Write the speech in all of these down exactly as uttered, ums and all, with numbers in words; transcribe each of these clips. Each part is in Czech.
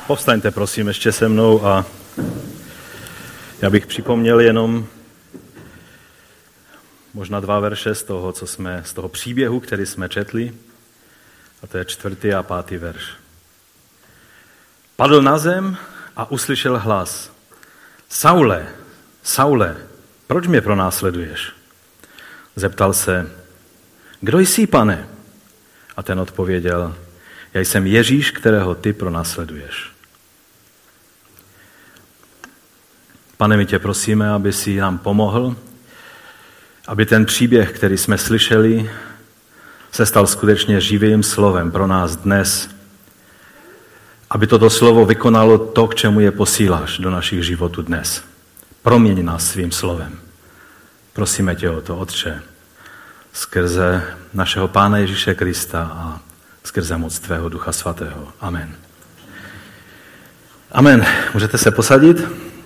Povstaňte prosím ještě se mnou a já bych připomněl jenom možná dva verše z toho, co jsme, z toho příběhu, který jsme četli, a to je čtvrtý a pátý verš. Padl na zem a uslyšel hlas. Saule, Saule, proč mě pronásleduješ? Zeptal se, kdo jsi, pane? A ten odpověděl, já jsem Ježíš, kterého ty pronásleduješ. Pane, my tě prosíme, aby si nám pomohl, aby ten příběh, který jsme slyšeli, se stal skutečně živým slovem pro nás dnes, aby toto slovo vykonalo to, k čemu je posíláš do našich životů dnes. Proměň nás svým slovem. Prosíme tě o to, Otče, skrze našeho Pána Ježíše Krista a skrze moc tvého Ducha Svatého. Amen. Amen. Můžete se posadit?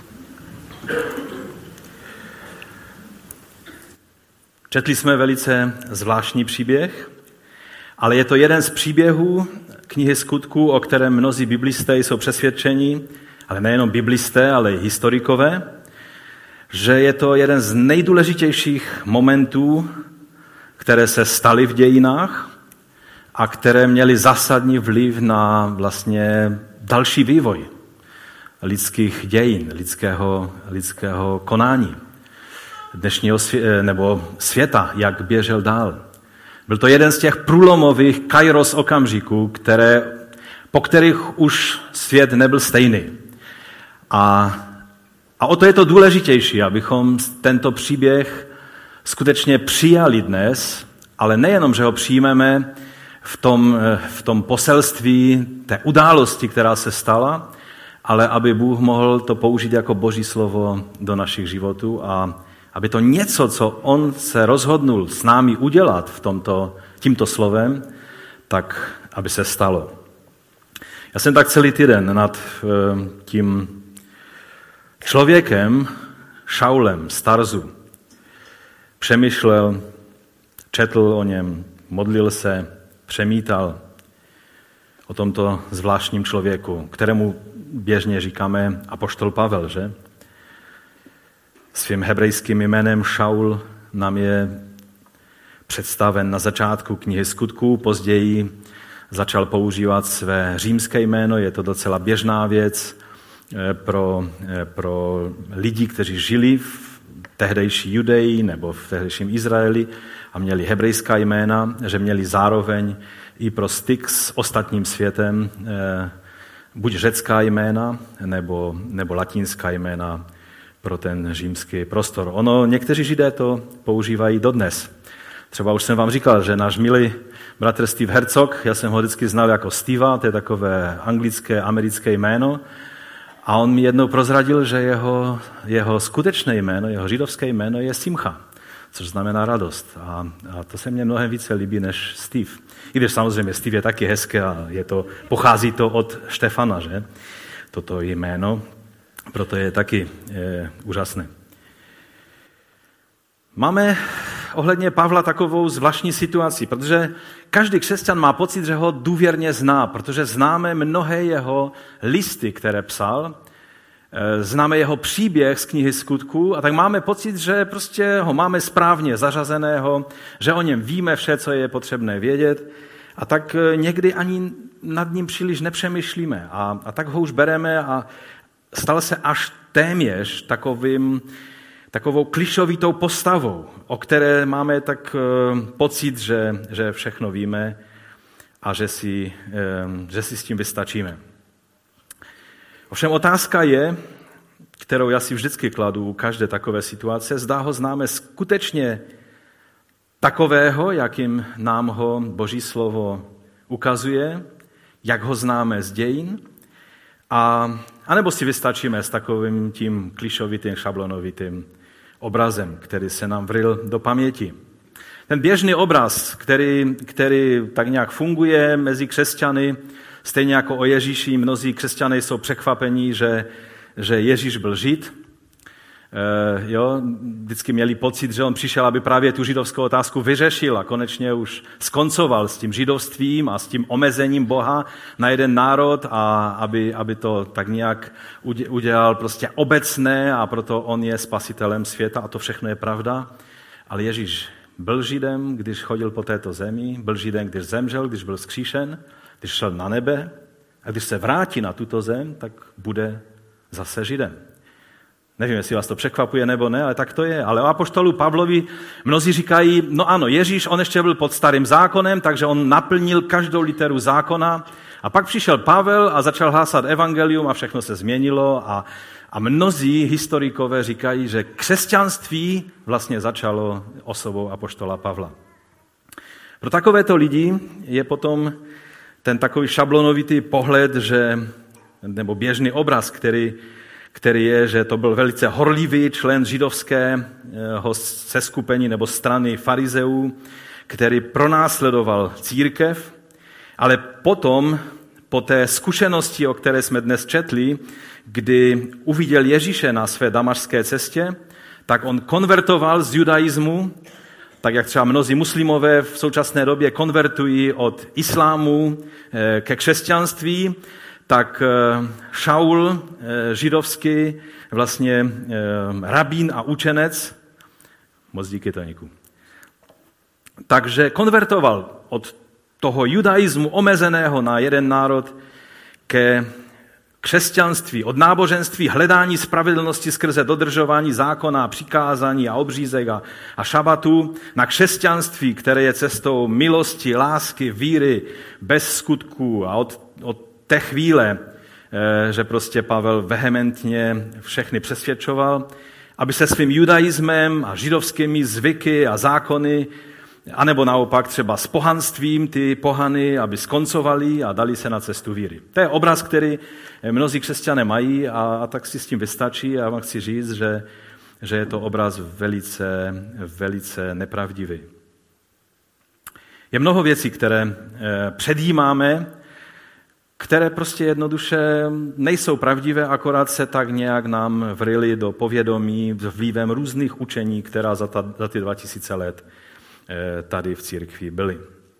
Četli jsme velice zvláštní příběh, ale je to jeden z příběhů knihy Skutků, o kterém mnozí biblisté jsou přesvědčeni, ale nejenom biblisté, ale i historikové, že je to jeden z nejdůležitějších momentů, které se staly v dějinách a které měly zásadní vliv na vlastně další vývoj lidských dějin, lidského, lidského konání dnešního svě- nebo světa, jak běžel dál. Byl to jeden z těch průlomových kairos okamžiků, které, po kterých už svět nebyl stejný. A, a o to je to důležitější, abychom tento příběh skutečně přijali dnes, ale nejenom, že ho přijmeme v tom, v tom poselství té události, která se stala, ale aby Bůh mohl to použít jako Boží slovo do našich životů a aby to něco, co on se rozhodnul s námi udělat v tomto, tímto slovem, tak aby se stalo. Já jsem tak celý týden nad tím člověkem, Šaulem z Tarzu, přemýšlel, četl o něm, modlil se, přemítal o tomto zvláštním člověku, kterému běžně říkáme apoštol Pavel, že? Svým hebrejským jménem Šaul nám je představen na začátku knihy Skutků, později začal používat své římské jméno, je to docela běžná věc pro, pro lidi, kteří žili v tehdejší Judeji nebo v tehdejším Izraeli a měli hebrejská jména, že měli zároveň i pro styk s ostatním světem buď řecká jména nebo, nebo latinská jména pro ten římský prostor. Ono, někteří Židé to používají dodnes. Třeba už jsem vám říkal, že náš milý bratr Steve Herzog, já jsem ho vždycky znal jako Steva, to je takové anglické, americké jméno, a on mi jednou prozradil, že jeho, jeho skutečné jméno, jeho židovské jméno je Simcha, což znamená radost. A, a to se mně mnohem více líbí než Steve. I když samozřejmě Steve je taky hezké a je to, pochází to od Štefana, že? Toto jméno, proto je taky je, úžasné. Máme ohledně Pavla takovou zvláštní situaci, protože každý křesťan má pocit, že ho důvěrně zná, protože známe mnohé jeho listy, které psal, známe jeho příběh z knihy Skutků a tak máme pocit, že prostě ho máme správně zařazeného, že o něm víme vše, co je potřebné vědět a tak někdy ani nad ním příliš nepřemýšlíme a, a tak ho už bereme a stal se až téměř takovým takovou klišovitou postavou, o které máme tak pocit, že, že všechno víme a že si, že si s tím vystačíme. Ovšem otázka je, kterou já si vždycky kladu u každé takové situace, zda ho známe skutečně takového, jakým nám ho Boží slovo ukazuje, jak ho známe z dějin, a, anebo si vystačíme s takovým tím klišovitým, šablonovitým obrazem, který se nám vryl do paměti. Ten běžný obraz, který, který tak nějak funguje mezi křesťany, stejně jako o Ježíši, mnozí křesťané jsou překvapení, že, že Ježíš byl Žid E, jo, vždycky měli pocit, že on přišel, aby právě tu židovskou otázku vyřešil a konečně už skoncoval s tím židovstvím a s tím omezením Boha na jeden národ a aby, aby to tak nějak udělal prostě obecné a proto on je spasitelem světa a to všechno je pravda. Ale Ježíš byl Židem, když chodil po této zemi, byl Židem, když zemřel, když byl vzkříšen, když šel na nebe a když se vrátí na tuto zem, tak bude zase Židem. Nevím, jestli vás to překvapuje nebo ne, ale tak to je. Ale o apoštolu Pavlovi mnozí říkají, no ano, Ježíš, on ještě byl pod starým zákonem, takže on naplnil každou literu zákona. A pak přišel Pavel a začal hlásat evangelium a všechno se změnilo. A, a mnozí historikové říkají, že křesťanství vlastně začalo osobou apoštola Pavla. Pro takovéto lidi je potom ten takový šablonovitý pohled, že, nebo běžný obraz, který který je, že to byl velice horlivý člen židovského seskupení nebo strany farizeů, který pronásledoval církev, ale potom, po té zkušenosti, o které jsme dnes četli, kdy uviděl Ježíše na své damašské cestě, tak on konvertoval z judaismu, tak jak třeba mnozí muslimové v současné době konvertují od islámu ke křesťanství, tak Šaul, židovský, vlastně rabín a učenec, moc díky Toníku, takže konvertoval od toho judaismu omezeného na jeden národ ke křesťanství, od náboženství hledání spravedlnosti skrze dodržování zákona, přikázání a obřízek a, a šabatu na křesťanství, které je cestou milosti, lásky, víry, bez skutků a od, od té chvíle, že prostě Pavel vehementně všechny přesvědčoval, aby se svým judaismem a židovskými zvyky a zákony, anebo naopak třeba s pohanstvím ty pohany, aby skoncovali a dali se na cestu víry. To je obraz, který mnozí křesťané mají a, a tak si s tím vystačí a já vám chci říct, že, že je to obraz velice, velice nepravdivý. Je mnoho věcí, které předjímáme, které prostě jednoduše nejsou pravdivé, akorát se tak nějak nám vryly do povědomí vlivem různých učení, která za, ta, za ty dva tisíce let tady v církvi byly.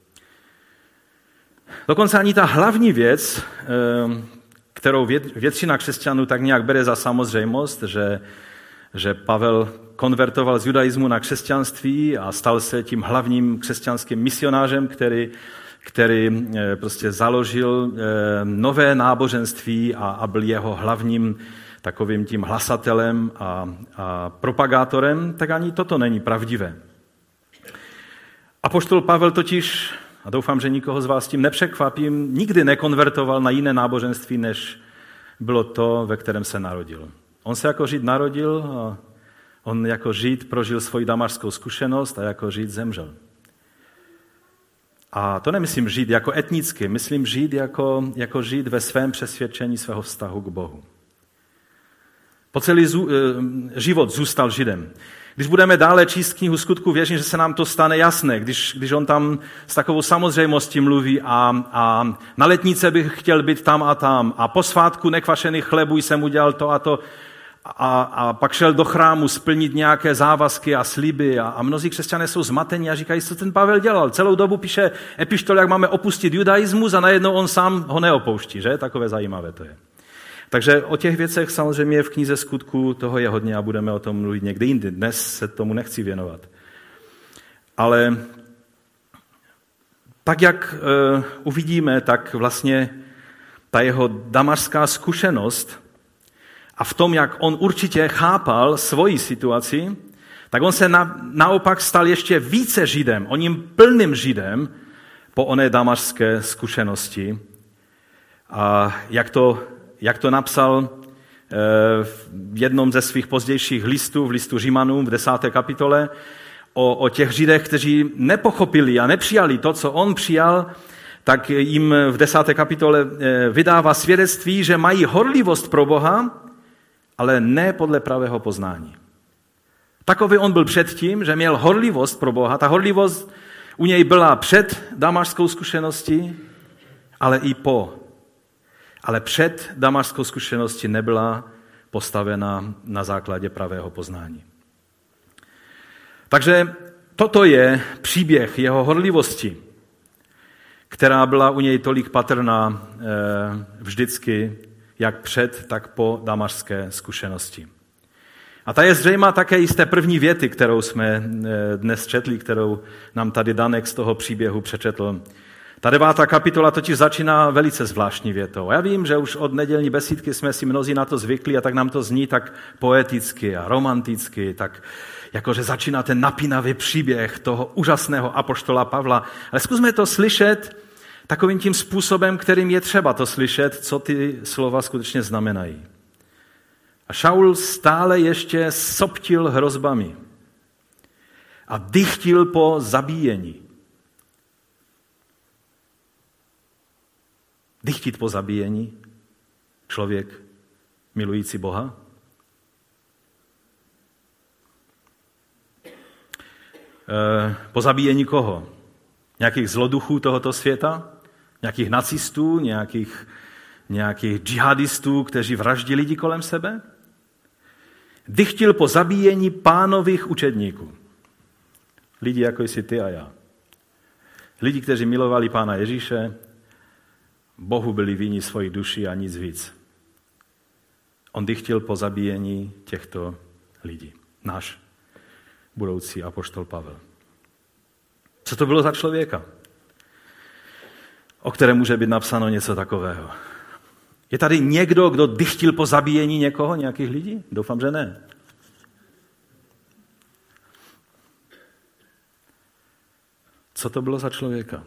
Dokonce ani ta hlavní věc, kterou většina křesťanů tak nějak bere za samozřejmost, že, že Pavel konvertoval z judaismu na křesťanství a stal se tím hlavním křesťanským misionářem, který který prostě založil nové náboženství a, a byl jeho hlavním takovým tím hlasatelem a, a propagátorem, tak ani toto není pravdivé. Apoštol Pavel totiž, a doufám, že nikoho z vás tím nepřekvapím, nikdy nekonvertoval na jiné náboženství, než bylo to, ve kterém se narodil. On se jako Žid narodil, a on jako Žid prožil svoji damašskou zkušenost a jako Žid zemřel. A to nemyslím Žid jako etnicky, myslím Žid jako, jako Žid ve svém přesvědčení svého vztahu k Bohu. Po celý zů, život zůstal Židem. Když budeme dále číst knihu Skutků, věřím, že se nám to stane jasné, když, když on tam s takovou samozřejmostí mluví a, a na letnice bych chtěl být tam a tam a po svátku nekvašených chlebů jsem udělal to a to a, a pak šel do chrámu splnit nějaké závazky a sliby a, a mnozí křesťané jsou zmatení a říkají, co ten Pavel dělal. Celou dobu píše epištol, jak máme opustit judaismus a najednou on sám ho neopouští, že? Takové zajímavé to je. Takže o těch věcech samozřejmě v knize Skutků toho je hodně a budeme o tom mluvit někdy jindy. Dnes se tomu nechci věnovat. Ale tak, jak uh, uvidíme, tak vlastně ta jeho damašská zkušenost a v tom, jak on určitě chápal svoji situaci, tak on se na, naopak stal ještě více Židem, oním plným Židem po oné damašské zkušenosti. A jak to, jak to napsal v jednom ze svých pozdějších listů, v listu Římanům v desáté kapitole, o, o těch Židech, kteří nepochopili a nepřijali to, co on přijal, tak jim v desáté kapitole vydává svědectví, že mají horlivost pro Boha, ale ne podle pravého poznání. Takový on byl předtím, že měl horlivost pro Boha. Ta horlivost u něj byla před damašskou zkušeností, ale i po. Ale před damašskou zkušeností nebyla postavena na základě pravého poznání. Takže toto je příběh jeho horlivosti, která byla u něj tolik patrná vždycky, jak před, tak po damašské zkušenosti. A ta je zřejmá také z té první věty, kterou jsme dnes četli, kterou nám tady Danek z toho příběhu přečetl. Ta devátá kapitola totiž začíná velice zvláštní větou. Já vím, že už od nedělní besídky jsme si mnozí na to zvykli a tak nám to zní tak poeticky a romanticky, tak jakože začíná ten napínavý příběh toho úžasného apoštola Pavla. Ale zkusme to slyšet takovým tím způsobem, kterým je třeba to slyšet, co ty slova skutečně znamenají. A Šaul stále ještě soptil hrozbami a dychtil po zabíjení. Dychtit po zabíjení? Člověk milující Boha? E, po zabíjení koho? Nějakých zloduchů tohoto světa? Nějakých nacistů? Nějakých, nějakých džihadistů, kteří vraždí lidi kolem sebe? Dychtil po zabíjení Pánových učedníků. Lidi, jako jsi ty a já. Lidi, kteří milovali Pána Ježíše, Bohu byli vinni svoji duši a nic víc. On dychtil po zabíjení těchto lidí. Náš budoucí apoštol Pavel. Co to bylo za člověka, o kterém může být napsáno něco takového? Je tady někdo, kdo dychtil po zabíjení někoho, nějakých lidí? Doufám, že ne. Co to bylo za člověka?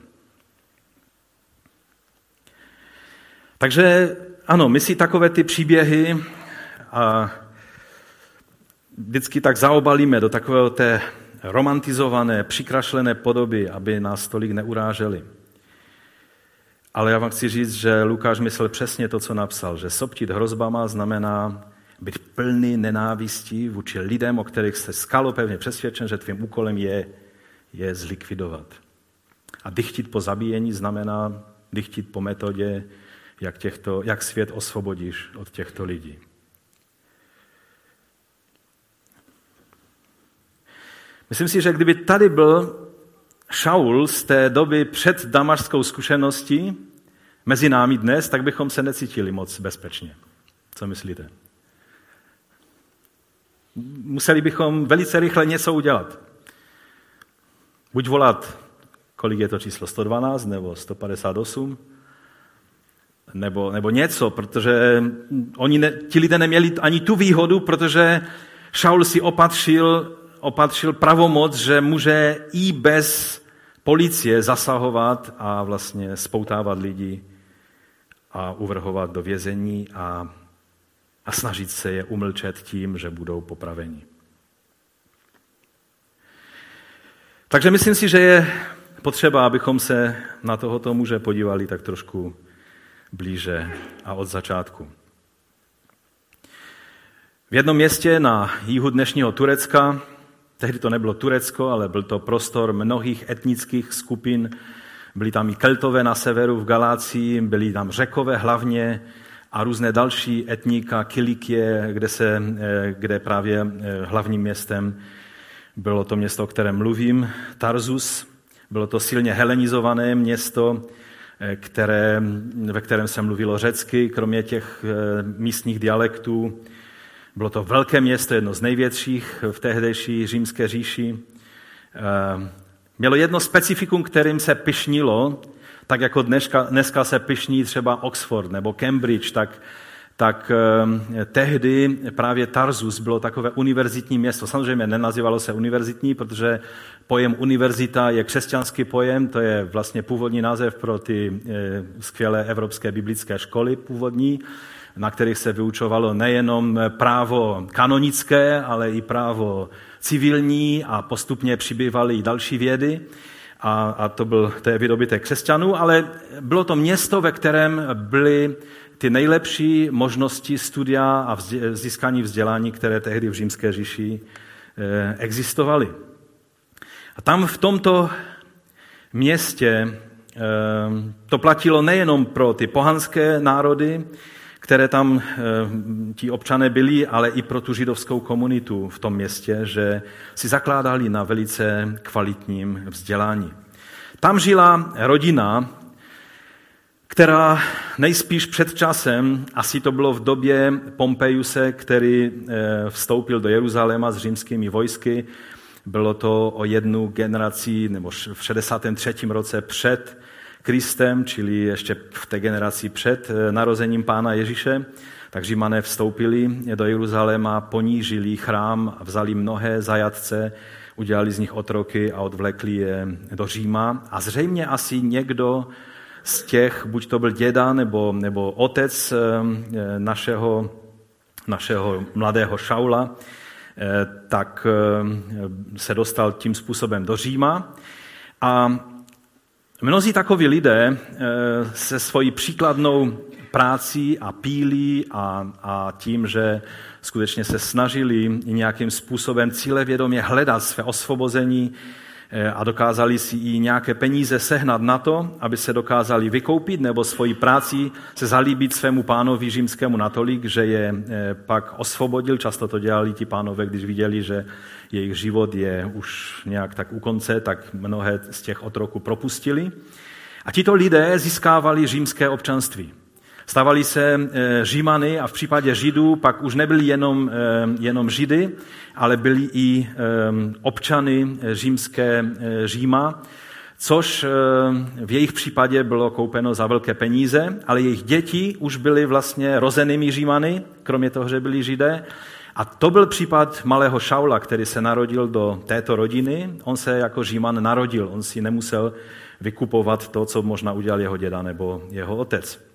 Takže ano, my si takové ty příběhy a vždycky tak zaobalíme do takového té romantizované, přikrašlené podoby, aby nás tolik neuráželi. Ale já vám chci říct, že Lukáš myslel přesně to, co napsal, že soptit hrozbama znamená být plný nenávistí vůči lidem, o kterých jste skalopevně přesvědčen, že tvým úkolem je je zlikvidovat. A dychtit po zabíjení znamená dychtit po metodě, jak, těchto, jak svět osvobodíš od těchto lidí. Myslím si, že kdyby tady byl Šaul z té doby před damašskou zkušeností mezi námi dnes, tak bychom se necítili moc bezpečně. Co myslíte? Museli bychom velice rychle něco udělat. Buď volat, kolik je to číslo, sto dvanáct nebo sto padesát osm, nebo, nebo něco, protože oni ne, ti lidé neměli ani tu výhodu, protože Šaul si opatřil, opatřil pravomoc, že může i bez policie zasahovat a vlastně spoutávat lidi a uvrhovat do vězení a, a snažit se je umlčet tím, že budou popraveni. Takže myslím si, že je potřeba, abychom se na tohoto muže podívali tak trošku blíže a od začátku. V jednom městě na jihu dnešního Turecka, tehdy to nebylo Turecko, ale byl to prostor mnohých etnických skupin, byli tam i Keltové na severu v Galácii, byli tam Řekové hlavně a různé další etnika, Kilikie, kde, se, kde právě hlavním městem bylo to město, o kterém mluvím, Tarzus. Bylo to silně helenizované město, které, ve kterém se mluvilo řecky, kromě těch místních dialektů. Bylo to velké město, jedno z největších v tehdejší římské říši. Mělo jedno specifikum, kterým se pyšnilo, tak jako dneska, dneska se pyšní třeba Oxford nebo Cambridge, tak, tak eh, tehdy právě Tarzus bylo takové univerzitní město. Samozřejmě nenazývalo se univerzitní, protože pojem univerzita je křesťanský pojem, to je vlastně původní název pro ty eh, skvělé evropské biblické školy původní, na kterých se vyučovalo nejenom právo kanonické, ale i právo civilní a postupně přibývaly i další vědy. A, a to byl to je výdobytek křesťanů, ale bylo to město, ve kterém byly ty nejlepší možnosti studia a vzdě, získání vzdělání, které tehdy v římské říši eh, existovaly. A tam v tomto městě eh, to platilo nejenom pro ty pohanské národy, které tam e, ti občané byli, ale i pro tu židovskou komunitu v tom městě, že si zakládali na velice kvalitním vzdělání. Tam žila rodina, která nejspíš před časem, asi to bylo v době Pompejuse, který vstoupil do Jeruzaléma s římskými vojsky, bylo to o jednu generaci, nebo v šedesátém třetím roce před Kristem, čili ještě v té generaci před narozením Pána Ježíše, tak Římané vstoupili do Jeruzaléma, ponížili chrám, vzali mnohé zajatce, udělali z nich otroky a odvlekli je do Říma. A zřejmě asi někdo z těch, buď to byl děda nebo, nebo otec našeho, našeho mladého Šaula, tak se dostal tím způsobem do Říma. A mnozí takoví lidé se svojí příkladnou prácí a pílí a, a tím, že skutečně se snažili nějakým způsobem cílevědomě hledat své osvobození a dokázali si i nějaké peníze sehnat na to, aby se dokázali vykoupit nebo svojí práci se zalíbit svému pánovi římskému natolik, že je pak osvobodil. Často to dělali ti pánové, když viděli, že jejich život je už nějak tak u konce, tak mnohé z těch otroků propustili. A tito lidé získávali římské občanství. Stávali se Římany a v případě Židů pak už nebyli jenom, jenom Židy, ale byli i občany římské Říma, což v jejich případě bylo koupeno za velké peníze, ale jejich děti už byly vlastně rozenými Římany, kromě toho, že byli Židé. A to byl případ malého Šaula, který se narodil do této rodiny. On se jako Říman narodil, on si nemusel vykupovat to, co možná udělal jeho děda nebo jeho otec.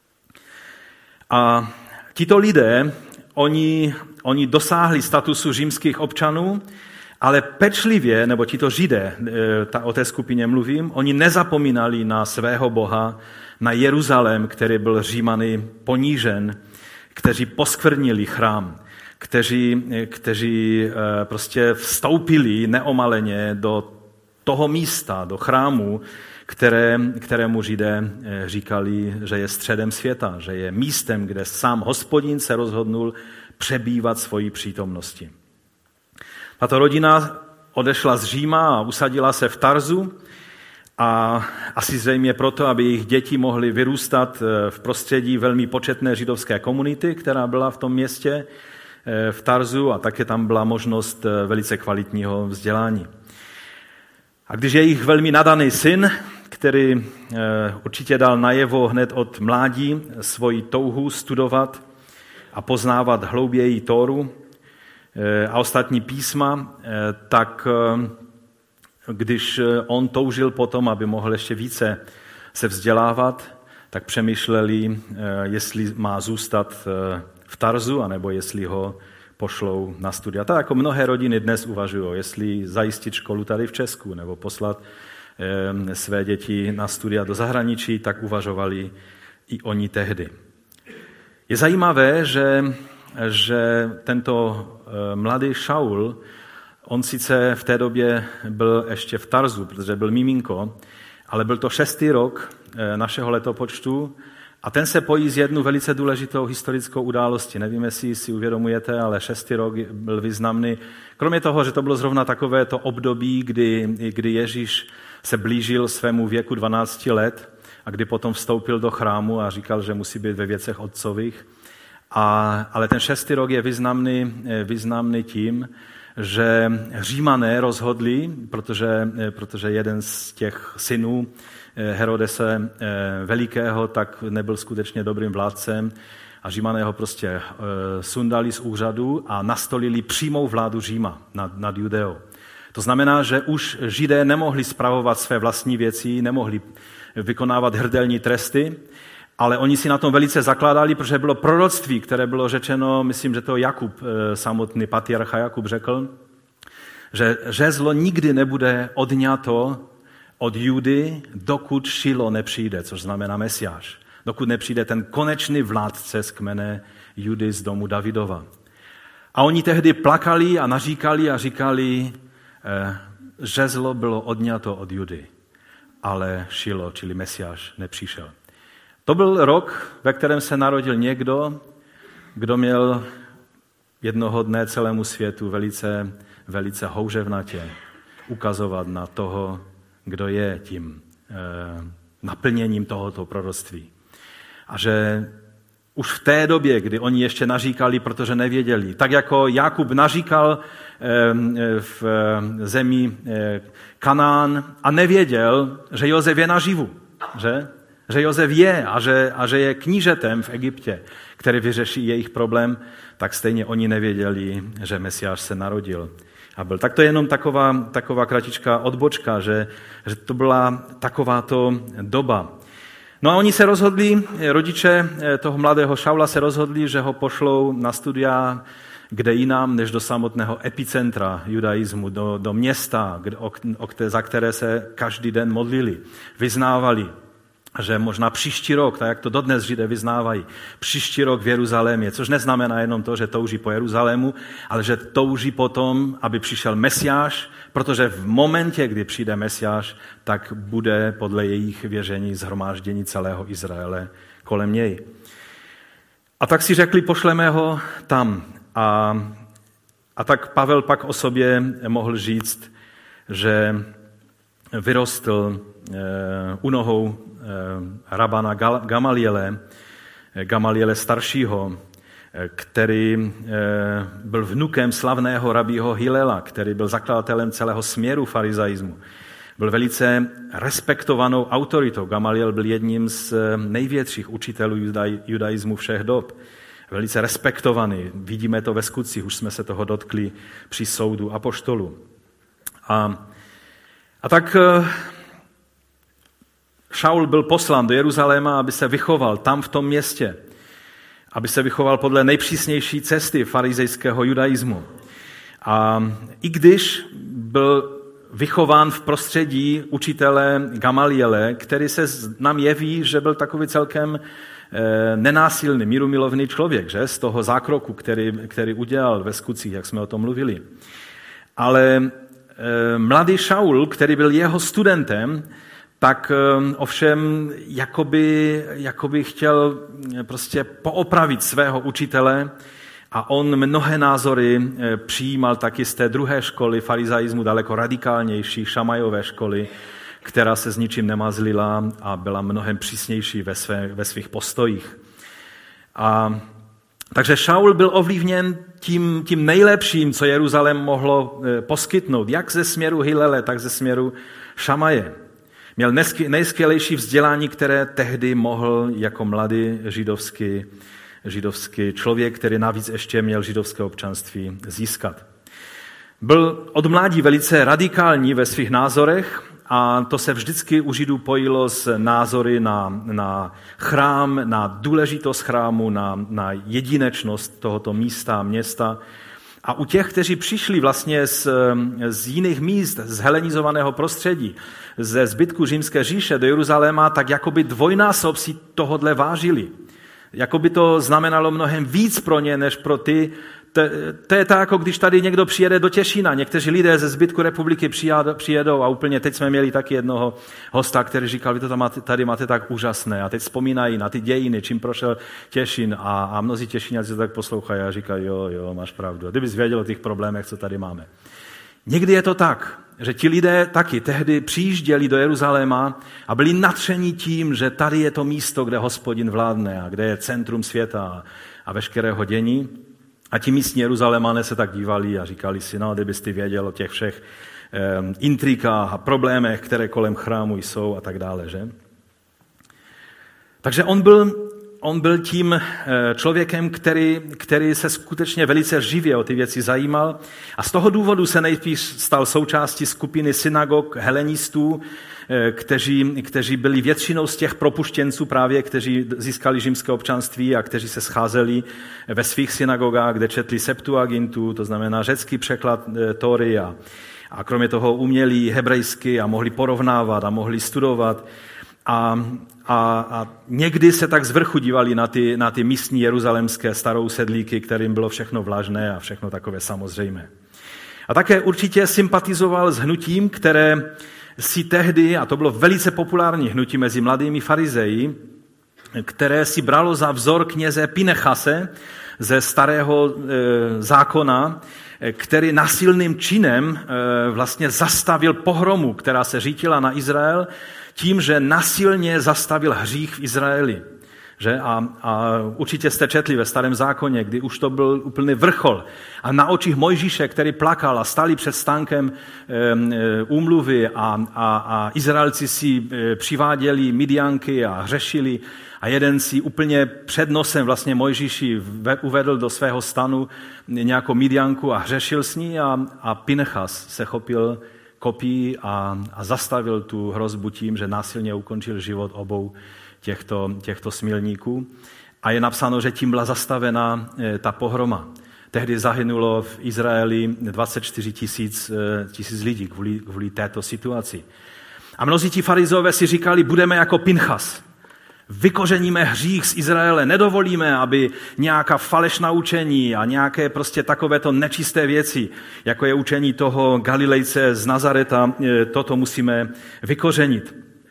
A tito lidé, oni, oni dosáhli statusu římských občanů, ale pečlivě, nebo tito Židé, ta, o té skupině mluvím, oni nezapomínali na svého Boha, na Jeruzalém, který byl Římany ponížen, kteří poskvrnili chrám, kteří, kteří prostě vstoupili neomaleně do toho místa, do chrámu, které, kterému Židé říkali, že je středem světa, že je místem, kde sám Hospodin se rozhodnul přebývat svojí přítomnosti. Tato rodina odešla z Říma a usadila se v Tarzu a asi zřejmě proto, aby jejich děti mohly vyrůstat v prostředí velmi početné židovské komunity, která byla v tom městě v Tarzu, a také tam byla možnost velice kvalitního vzdělání. A když jejich velmi nadaný syn, který určitě dal najevo hned od mládí svoji touhu studovat a poznávat hlouběji Tóru a ostatní písma, tak když on toužil potom, aby mohl ještě více se vzdělávat, tak přemýšleli, jestli má zůstat v Tarzu, anebo jestli ho pošlou na studia. Tak jako mnohé rodiny dnes uvažují, jestli zajistit školu tady v Česku, nebo poslat své děti na studia do zahraničí, tak uvažovali i oni tehdy. Je zajímavé, že, že tento mladý Šaul, on sice v té době byl ještě v Tarzu, protože byl miminko, ale byl to šestý rok našeho letopočtu a ten se pojí s jednou velice důležitou historickou událostí. Nevím, jestli si uvědomujete, ale šestý rok byl významný. Kromě toho, že to bylo zrovna takové to období, kdy, kdy Ježíš se blížil svému věku dvanácti let a kdy potom vstoupil do chrámu a říkal, že musí být ve věcech otcových. A, ale ten šestý rok je významný, významný tím, že Římané rozhodli, protože, protože jeden z těch synů Herodese Velikého tak nebyl skutečně dobrým vládcem a Římané ho prostě sundali z úřadu a nastolili přímou vládu Říma nad, nad Judeou. To znamená, že už Židé nemohli spravovat své vlastní věci, nemohli vykonávat hrdelní tresty, ale oni si na tom velice zakládali, protože bylo proroctví, které bylo řečeno, myslím, že to Jakub, samotný patriarcha Jakub řekl, že žezlo nikdy nebude odňato od Judy, dokud Šilo nepřijde, což znamená Mesiáš. Dokud nepřijde ten konečný vládce z kmene Judy z domu Davidova. A oni tehdy plakali a naříkali a říkali, eh, žezlo bylo odňato od Judy, ale Šilo, čili Mesiáš, nepřišel. To byl rok, ve kterém se narodil někdo, kdo měl jednoho dne celému světu velice, velice houževnatě ukazovat na toho, kdo je tím eh, naplněním tohoto proroctví. A že už v té době, kdy oni ještě naříkali, protože nevěděli, tak jako Jakub naříkal eh, v zemi eh, Kanán a nevěděl, že Josef je naživu, že? Že Josef je a že, a že je knížetem v Egyptě, který vyřeší jejich problém, tak stejně oni nevěděli, že Mesiáš se narodil a byl. Tak to je jenom taková, taková kratičká odbočka, že, že to byla takováto doba. No a oni se rozhodli, rodiče toho mladého Šaula se rozhodli, že ho pošlou na studia kde jinam, než do samotného epicentra judaismu, do, do města, o, o, za které se každý den modlili, vyznávali. Že možná příští rok, tak jak to dodnes Židé vyznávají, příští rok v Jeruzalémě, což neznamená jenom to, že touží po Jeruzalému, ale že touží potom, aby přišel Mesiáš, protože v momentě, kdy přijde Mesiáš, tak bude podle jejich věření shromáždění celého Izraele kolem něj. A tak si řekli, pošleme ho tam. A, a tak Pavel pak o sobě mohl říct, že vyrostl e, u nohou rabana Gamaliele, Gamaliele staršího, který byl vnukem slavného rabího Hilela, který byl zakladatelem celého směru farizaismu. Byl velice respektovanou autoritou. Gamaliel byl jedním z největších učitelů judaismu všech dob. Velice respektovaný. Vidíme to ve skutcích, už jsme se toho dotkli při soudu apoštolů. A, a tak Šaul byl poslán do Jeruzaléma, aby se vychoval tam v tom městě, aby se vychoval podle nejpřísnější cesty farizejského judaismu. A i když byl vychován v prostředí učitele Gamaliele, který se nám jeví, že byl takový celkem nenásilný, mírumilovný člověk, že? Z toho zákroku, který, který udělal ve skutcích, jak jsme o tom mluvili. Ale mladý Šaul, který byl jeho studentem, tak ovšem jakoby, jakoby chtěl prostě poopravit svého učitele a on mnohé názory přijímal taky z té druhé školy farizaismu, daleko radikálnější, Šamajové školy, která se s ničím nemazlila a byla mnohem přísnější ve, své, ve svých postojích. A, takže Šaul byl ovlivněn tím, tím nejlepším, co Jeruzalém mohlo poskytnout, jak ze směru Hilele, tak ze směru Šamaje. Měl nejskvělejší vzdělání, které tehdy mohl jako mladý židovský, židovský člověk, který navíc ještě měl židovské občanství, získat. Byl od mládí velice radikální ve svých názorech a to se vždycky u Židů pojilo s názory na, na chrám, na důležitost chrámu, na, na jedinečnost tohoto místa, města. A u těch, kteří přišli vlastně z, z jiných míst, z helenizovaného prostředí, ze zbytku římské říše do Jeruzaléma, tak jakoby dvojnásob si tohodle vážili. Jakoby to znamenalo mnohem víc pro ně, než pro ty. To, to je tak, jako když tady někdo přijede do Těšína. Někteří lidé ze zbytku republiky přijedou a úplně teď jsme měli taky jednoho hosta, který říkal, vy to tam máte, tady máte tak úžasné. A teď vzpomínají na ty dějiny, čím prošel Těšín a, a mnozí Těšíňáci to tak poslouchají a říkají, jo, jo, máš pravdu. Kdybys věděl o těch problémech, co tady máme. Někdy je to tak, že ti lidé taky tehdy přijížděli do Jeruzaléma a byli nadšení tím, že tady je to místo, kde Hospodin vládne a kde je centrum světa a veškerého dění. A ti místní Jeruzalémané se tak dívali a říkali si, no, kdybys ty věděl o těch všech eh, intrikách a problémech, které kolem chrámu jsou a tak dále, že? Takže on byl, on byl tím eh, člověkem, který, který se skutečně velice živě o ty věci zajímal a z toho důvodu se nejspíš stal součástí skupiny synagog helenistů, Kteří, kteří byli většinou z těch propuštěnců právě, kteří získali římské občanství a kteří se scházeli ve svých synagogách, kde četli Septuagintu, to znamená řecký překlad Tóry a, a kromě toho uměli hebrejsky a mohli porovnávat a mohli studovat. A, a, a někdy se tak z vrchu dívali na ty, na ty místní jeruzalémské starou sedlíky, kterým bylo všechno vlažné a všechno takové samozřejmé. A také určitě sympatizoval s hnutím, které si tehdy, a to bylo velice populární hnutí mezi mladými farizeji, které si bralo za vzor kněze Pinechase ze starého e, zákona, který násilným činem e, vlastně zastavil pohromu, která se řítila na Izrael, tím, že nasilně zastavil hřích v Izraeli. Že? A, a určitě jste četli ve starém zákoně, kdy už to byl úplný vrchol. A na očích Mojžíše, který plakal a stali před stánkem e, úmluvy a, a, a Izraelci si e, přiváděli Midianky a hřešili a jeden si úplně před nosem vlastně Mojžíši uvedl do svého stanu nějakou Midianku a hřešil s ní a, a Pinechas se chopil kopí a, a zastavil tu hrozbu tím, že násilně ukončil život obou těchto, těchto smilníků. A je napsáno, že tím byla zastavena e, ta pohroma. Tehdy zahynulo v Izraeli dvacet čtyři tisíc lidí kvůli, kvůli této situaci. A mnozí ti farizové si říkali, budeme jako Pinchas. Vykořeníme hřích z Izraele, nedovolíme, aby nějaká falešná učení a nějaké prostě takovéto nečisté věci, jako je učení toho Galilejce z Nazareta, toto musíme vykořenit.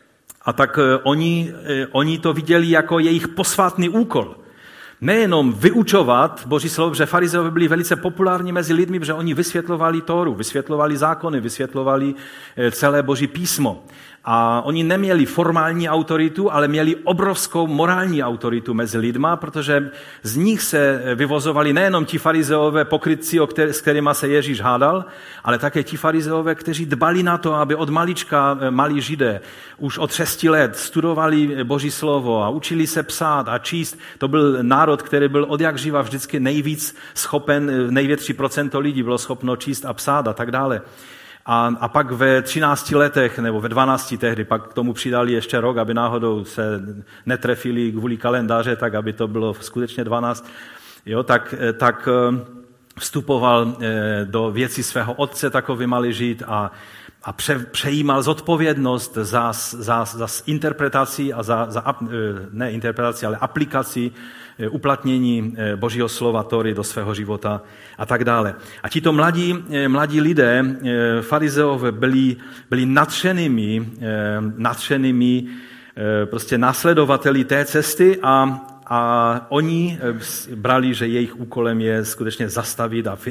A tak oni, oni to viděli jako jejich posvátný úkol. Nejenom vyučovat Boží slovo, že farizeové byli velice populární mezi lidmi, protože oni vysvětlovali Tóru, vysvětlovali zákony, vysvětlovali celé Boží písmo. A oni neměli formální autoritu, ale měli obrovskou morální autoritu mezi lidma, protože z nich se vyvozovali nejenom ti farizeové pokrytci, s kterými se Ježíš hádal, ale také ti farizeové, kteří dbali na to, aby od malička malí Židé už od šesti let studovali Boží slovo a učili se psát a číst. To byl národ, který byl od jak živa vždycky nejvíc schopen, největší procento lidí bylo schopno číst a psát a tak dále. A, a pak ve třinácti letech, nebo ve dvanácti tehdy, pak k tomu přidali ještě rok, aby náhodou se netrefili kvůli kalendáře, tak aby to bylo skutečně dvanáct, jo, tak, tak vstupoval do věcí svého otce takový malý Žid a, a pře, přejímal zodpovědnost za, za, za interpretaci a za, za, ne interpretaci, ale aplikaci uplatnění Božího slova Tóry do svého života a tak dále. A tito mladí, mladí lidé, farizeové, byli, byli nadšenými, nadšenými prostě následovateli té cesty a, a oni brali, že jejich úkolem je skutečně zastavit a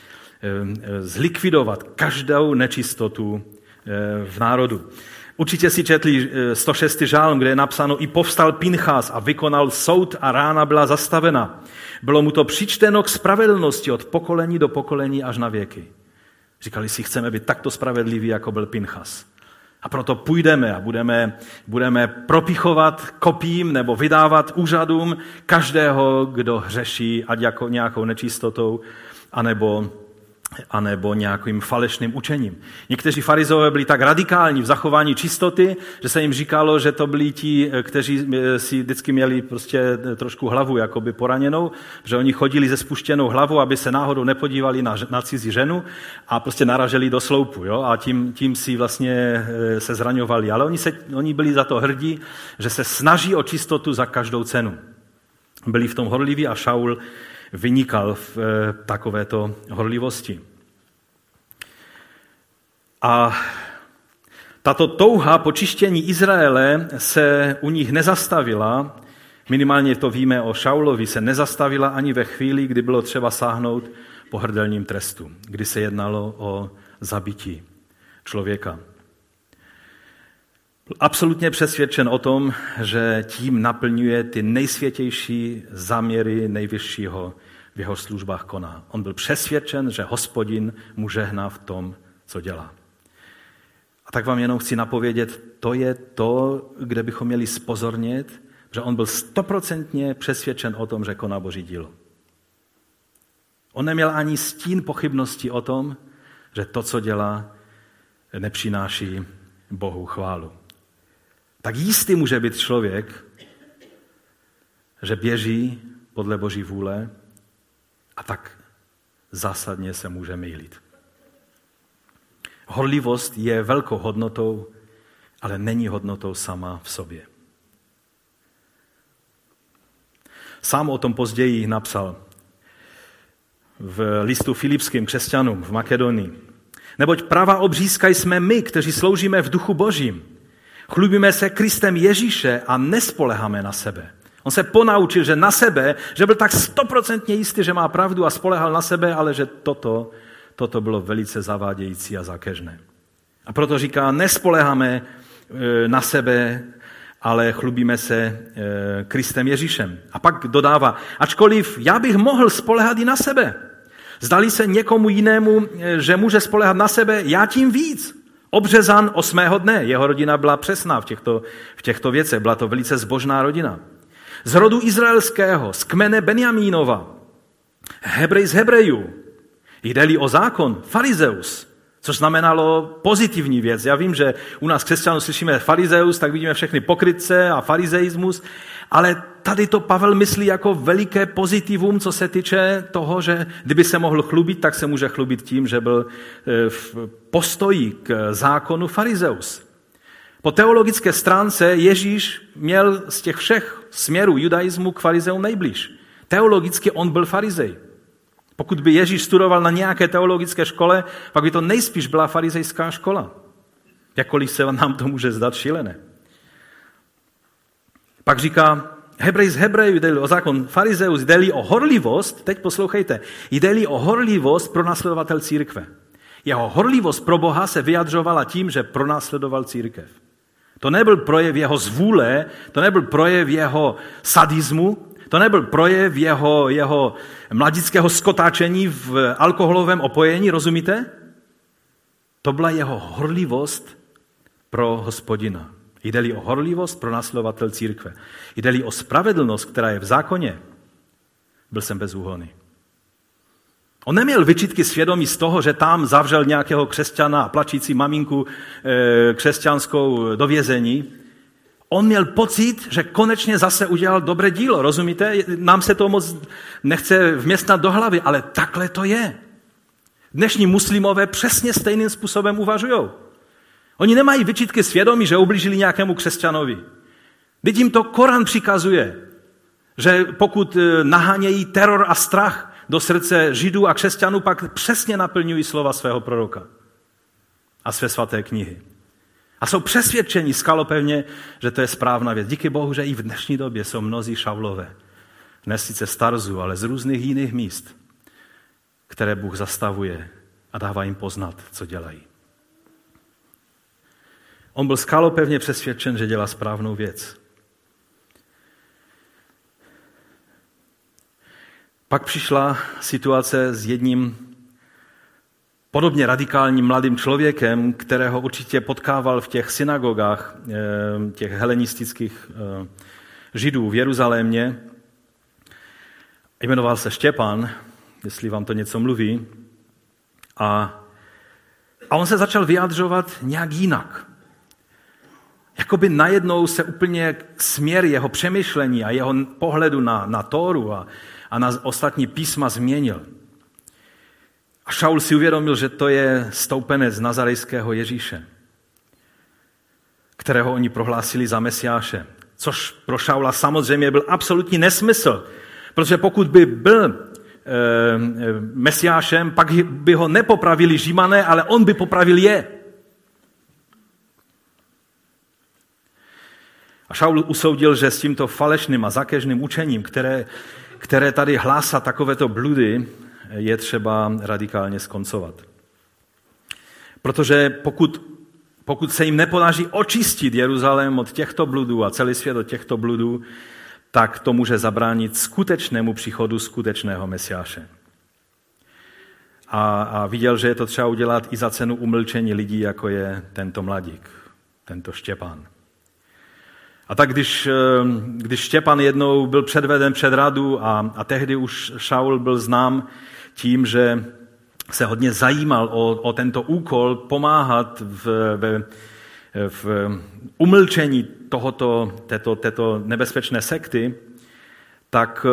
zlikvidovat každou nečistotu v národu. Určitě si četli sto šestý žálm, kde je napsáno, i povstal Pinchas a vykonal soud a rána byla zastavena. Bylo mu to přičteno k spravedlnosti od pokolení do pokolení až na věky. Říkali si, chceme být takto spravedliví, jako byl Pinchas. A proto půjdeme a budeme, budeme propichovat kopím nebo vydávat úřadům každého, kdo hřeší, ať jako nějakou nečistotou, anebo anebo nějakým falešným učením. Někteří farizové byli tak radikální v zachování čistoty, že se jim říkalo, že to byli ti, kteří si vždycky měli prostě trošku hlavu jakoby poraněnou, že oni chodili se spuštěnou hlavou, aby se náhodou nepodívali na, na cizí ženu a prostě naraželi do sloupu, jo? A tím, tím si vlastně se zraňovali. Ale oni, se, oni byli za to hrdí, že se snaží o čistotu za každou cenu. Byli v tom horliví a Šaul vynikal v takovéto horlivosti. A tato touha po čištění Izraele se u nich nezastavila, minimálně to víme o Šaulovi, se nezastavila ani ve chvíli, kdy bylo třeba sáhnout po hrdelním trestu, kdy se jednalo o zabití člověka. Byl absolutně přesvědčen o tom, že tím naplňuje ty nejsvětější záměry nejvyššího v jeho službách koná. On byl přesvědčen, že Hospodin mu žehná v tom, co dělá. A tak vám jenom chci napovědět, to je to, kde bychom měli zpozornit, že on byl stoprocentně přesvědčen o tom, že koná Boží dílo. On neměl ani stín pochybnosti o tom, že to, co dělá, nepřináší Bohu chválu. Tak jistý může být člověk, že běží podle Boží vůle a tak zásadně se může mýlit. Horlivost je velkou hodnotou, ale není hodnotou sama v sobě. Sám o tom později napsal v listu Filipským křesťanům v Makedonii. Neboť pravá obřízka jsme my, kteří sloužíme v duchu Božím. Chlubíme se Kristem Ježíše a nespoleháme na sebe. On se ponaučil, že na sebe, že byl tak stoprocentně jistý, že má pravdu a spolehal na sebe, ale že toto, toto bylo velice zavádějící a zákeřné. A proto říká, nespoleháme na sebe, ale chlubíme se Kristem Ježíšem. A pak dodává, ačkoliv já bych mohl spolehat i na sebe. Zdali se někomu jinému, že může spolehat na sebe, já tím víc. Obřezan osmého dne. Jeho rodina byla přesná v těchto, v těchto věcech. Byla to velice zbožná rodina. Z rodu izraelského, z kmene Benjamínova, Hebrej z Hebrejů. Jde-li o zákon, farizeus, což znamenalo pozitivní věc. Já vím, že u nás křesťanů slyšíme farizeus, tak vidíme všechny pokrytce a farizeismus, ale tady to Pavel myslí jako veliké pozitivum, co se týče toho, že kdyby se mohl chlubit, tak se může chlubit tím, že byl v postoji k zákonu farizeus. Po teologické stránce Ježíš měl z těch všech směrů judaismu k farizeům nejblíž. Teologicky on byl farizej. Pokud by Ježíš studoval na nějaké teologické škole, pak by to nejspíš byla farizejská škola. Jakkoliv se nám to může zdát šílené. Pak říká, Hebrej z Hebrejů, jde-li o zákon farizeus, jde-li o horlivost, teď poslouchejte, jde-li o horlivost pro následovatel církve. Jeho horlivost pro Boha se vyjadřovala tím, že pronásledoval církev. To nebyl projev jeho zvůle, to nebyl projev jeho sadismu, to nebyl projev jeho, jeho mladického skotáčení v alkoholovém opojení, rozumíte? To byla jeho horlivost pro Hospodina. Jde-li o horlivost pro následovatel církve. Jde-li o spravedlnost, která je v zákoně, byl jsem bezúhonný. On neměl vyčitky svědomí z toho, že tam zavřel nějakého křesťana a plačící maminku e, křesťanskou do vězení. On měl pocit, že konečně zase udělal dobré dílo, rozumíte? Nám se to moc nechce vměstnat do hlavy, ale takhle to je. Dnešní muslimové přesně stejným způsobem uvažují. Oni nemají vyčitky svědomí, že ublížili nějakému křesťanovi. Vždyť jim to Koran přikazuje, že pokud nahánějí teror a strach do srdce Židů a křesťanů, pak přesně naplňují slova svého proroka a své svaté knihy. A jsou přesvědčeni skalopevně, že to je správná věc. Díky Bohu, že i v dnešní době jsou mnozí Šaulové. Dnes sice z Tarzu, ale z různých jiných míst, které Bůh zastavuje a dává jim poznat, co dělají. On byl skalopevně přesvědčen, že dělá správnou věc. Pak přišla situace s jedním podobně radikálním mladým člověkem, kterého určitě potkával v těch synagogách těch helenistických Židů v Jeruzalémě. Jmenoval se Štěpán, jestli vám to něco mluví. A, a on se začal vyjadřovat nějak jinak. Jakoby najednou se úplně směr jeho přemýšlení a jeho pohledu na, na Tóru a, a na ostatní písma změnil. A Šaul si uvědomil, že to je stoupenec nazarejského Ježíše, kterého oni prohlásili za Mesiáše. Což pro Šaula samozřejmě byl absolutní nesmysl, protože pokud by byl e, Mesiášem, pak by ho nepopravili Římané, ale on by popravil je. A Šaul usoudil, že s tímto falešným a zakežným učením, které, které tady hlásá takovéto bludy, je třeba radikálně skoncovat. Protože pokud, pokud se jim nepodaří očistit Jeruzalém od těchto bludů a celý svět od těchto bludů, tak to může zabránit skutečnému příchodu skutečného Mesiáše. A, a viděl, že je to třeba udělat i za cenu umlčení lidí, jako je tento mladík, tento Štěpán. A tak když, když Štěpán jednou byl předveden před radu a, a tehdy už Šaul byl znám tím, že se hodně zajímal o, o tento úkol pomáhat v, v, v umlčení tohoto, této, této nebezpečné sekty, tak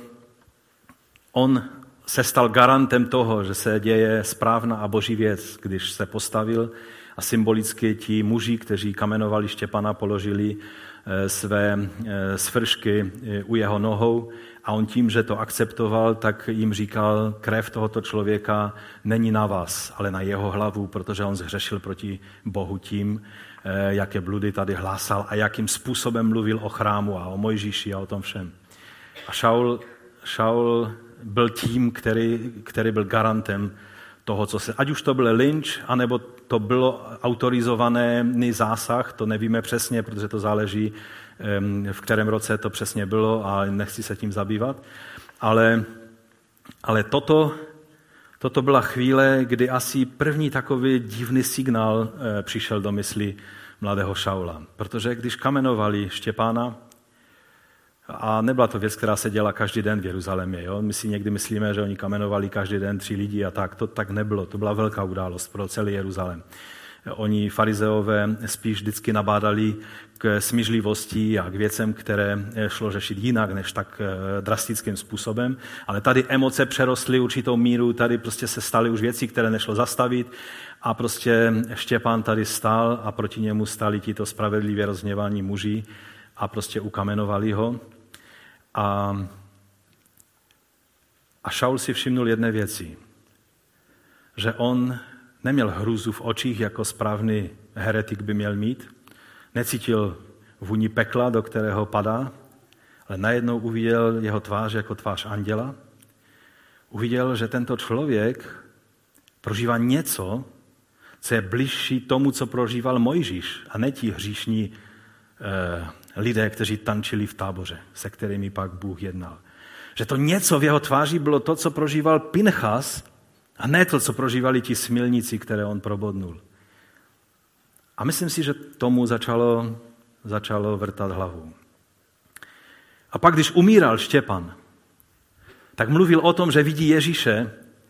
on se stal garantem toho, že se děje správná a boží věc, když se postavil a symbolicky ti muži, kteří kamenovali Štěpana, položili své svršky u jeho nohou a on tím, že to akceptoval, tak jim říkal, krev tohoto člověka není na vás, ale na jeho hlavu, protože on zhřešil proti Bohu tím, jaké bludy tady hlásal a jakým způsobem mluvil o chrámu a o Mojžíši a o tom všem. A Šaul, Šaul byl tím, který, který byl garantem toho, co se, ať už to byl lynč, anebo to bylo autorizovaný zásah, to nevíme přesně, protože to záleží, v kterém roce to přesně bylo a nechci se tím zabývat. Ale, ale toto, toto byla chvíle, kdy asi první takový divný signál přišel do mysli mladého Šaula. Protože když kamenovali Štěpána, a nebyla to věc, která se děla každý den v Jeruzalémě. Jo? My si někdy myslíme, že oni kamenovali každý den tři lidi a tak. To tak nebylo. To byla velká událost pro celý Jeruzalém. Oni farizeové spíš vždycky nabádali k smířlivosti a k věcem, které šlo řešit jinak, než tak drastickým způsobem. Ale tady emoce přerostly určitou míru, tady prostě se staly už věci, které nešlo zastavit a prostě Štěpán tady stál a proti němu stali tito spravedlivě rozhněvaní muži a prostě ukamenovali ho. A, a Šaul si všimnul jedné věci, že on neměl hrůzu v očích, jako správný heretik by měl mít, necítil vůni pekla, do kterého padá, ale najednou uviděl jeho tvář jako tvář anděla. Uviděl, že tento člověk prožívá něco, co je bližší tomu, co prožíval Mojžíš, a ne ti hříšní eh, lidé, kteří tančili v táboře, se kterými pak Bůh jednal. Že to něco v jeho tváři bylo to, co prožíval Pinchas, a ne to, co prožívali ti smilníci, které on probodnul. A myslím si, že tomu začalo, začalo vrtat hlavu. A pak, když umíral Štěpán, tak mluvil o tom, že vidí Ježíše.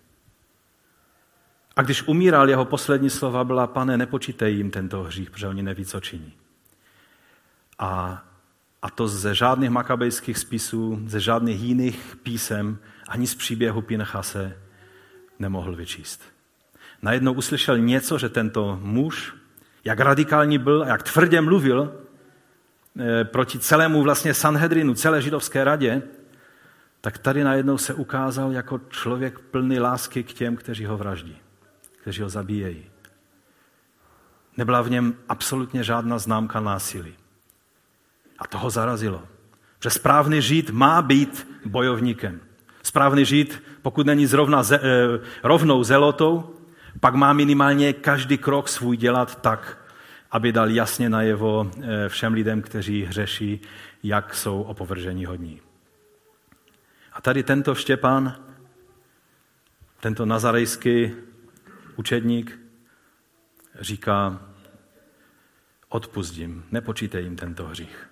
A když umíral, jeho poslední slova byla: Pane, nepočítej jim tento hřích, protože oni neví, co činí. A, a to ze žádných makabejských spisů, ze žádných jiných písem, ani z příběhu Pinchase nemohl vyčíst. Najednou uslyšel něco, že tento muž, jak radikální byl a jak tvrdě mluvil e, proti celému vlastně Sanhedrinu, celé židovské radě, tak tady najednou se ukázal jako člověk plný lásky k těm, kteří ho vraždí, kteří ho zabíjejí. Nebyla v něm absolutně žádná známka násilí. A to ho zarazilo. Že správný Žid má být bojovníkem. Správný Žid, pokud není zrovna ze, eh, rovnou zelotou, pak má minimálně každý krok svůj dělat tak, aby dal jasně najevo eh, všem lidem, kteří hřeší, jak jsou opovržení hodní. A tady tento Štěpán, tento nazarejský učedník říká: odpustím, nepočítej jim tento hřích.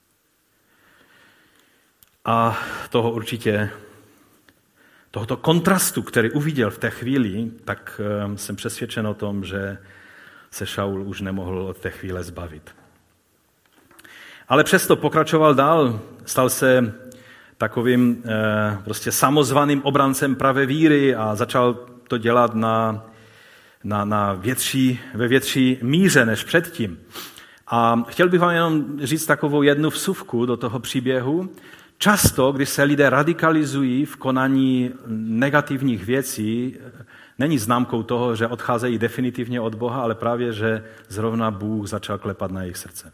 A toho určitě, tohoto kontrastu, který uviděl v té chvíli, tak jsem přesvědčen o tom, že se Šaul už nemohl od té chvíle zbavit. Ale přesto pokračoval dál, stal se takovým eh, prostě samozvaným obrancem pravé víry a začal to dělat na, na, na větší, ve větší míře než předtím. A chtěl bych vám jenom říct takovou jednu vsuvku do toho příběhu. Často, když se lidé radikalizují v konání negativních věcí, není známkou toho, že odcházejí definitivně od Boha, ale právě, že zrovna Bůh začal klepat na jejich srdce.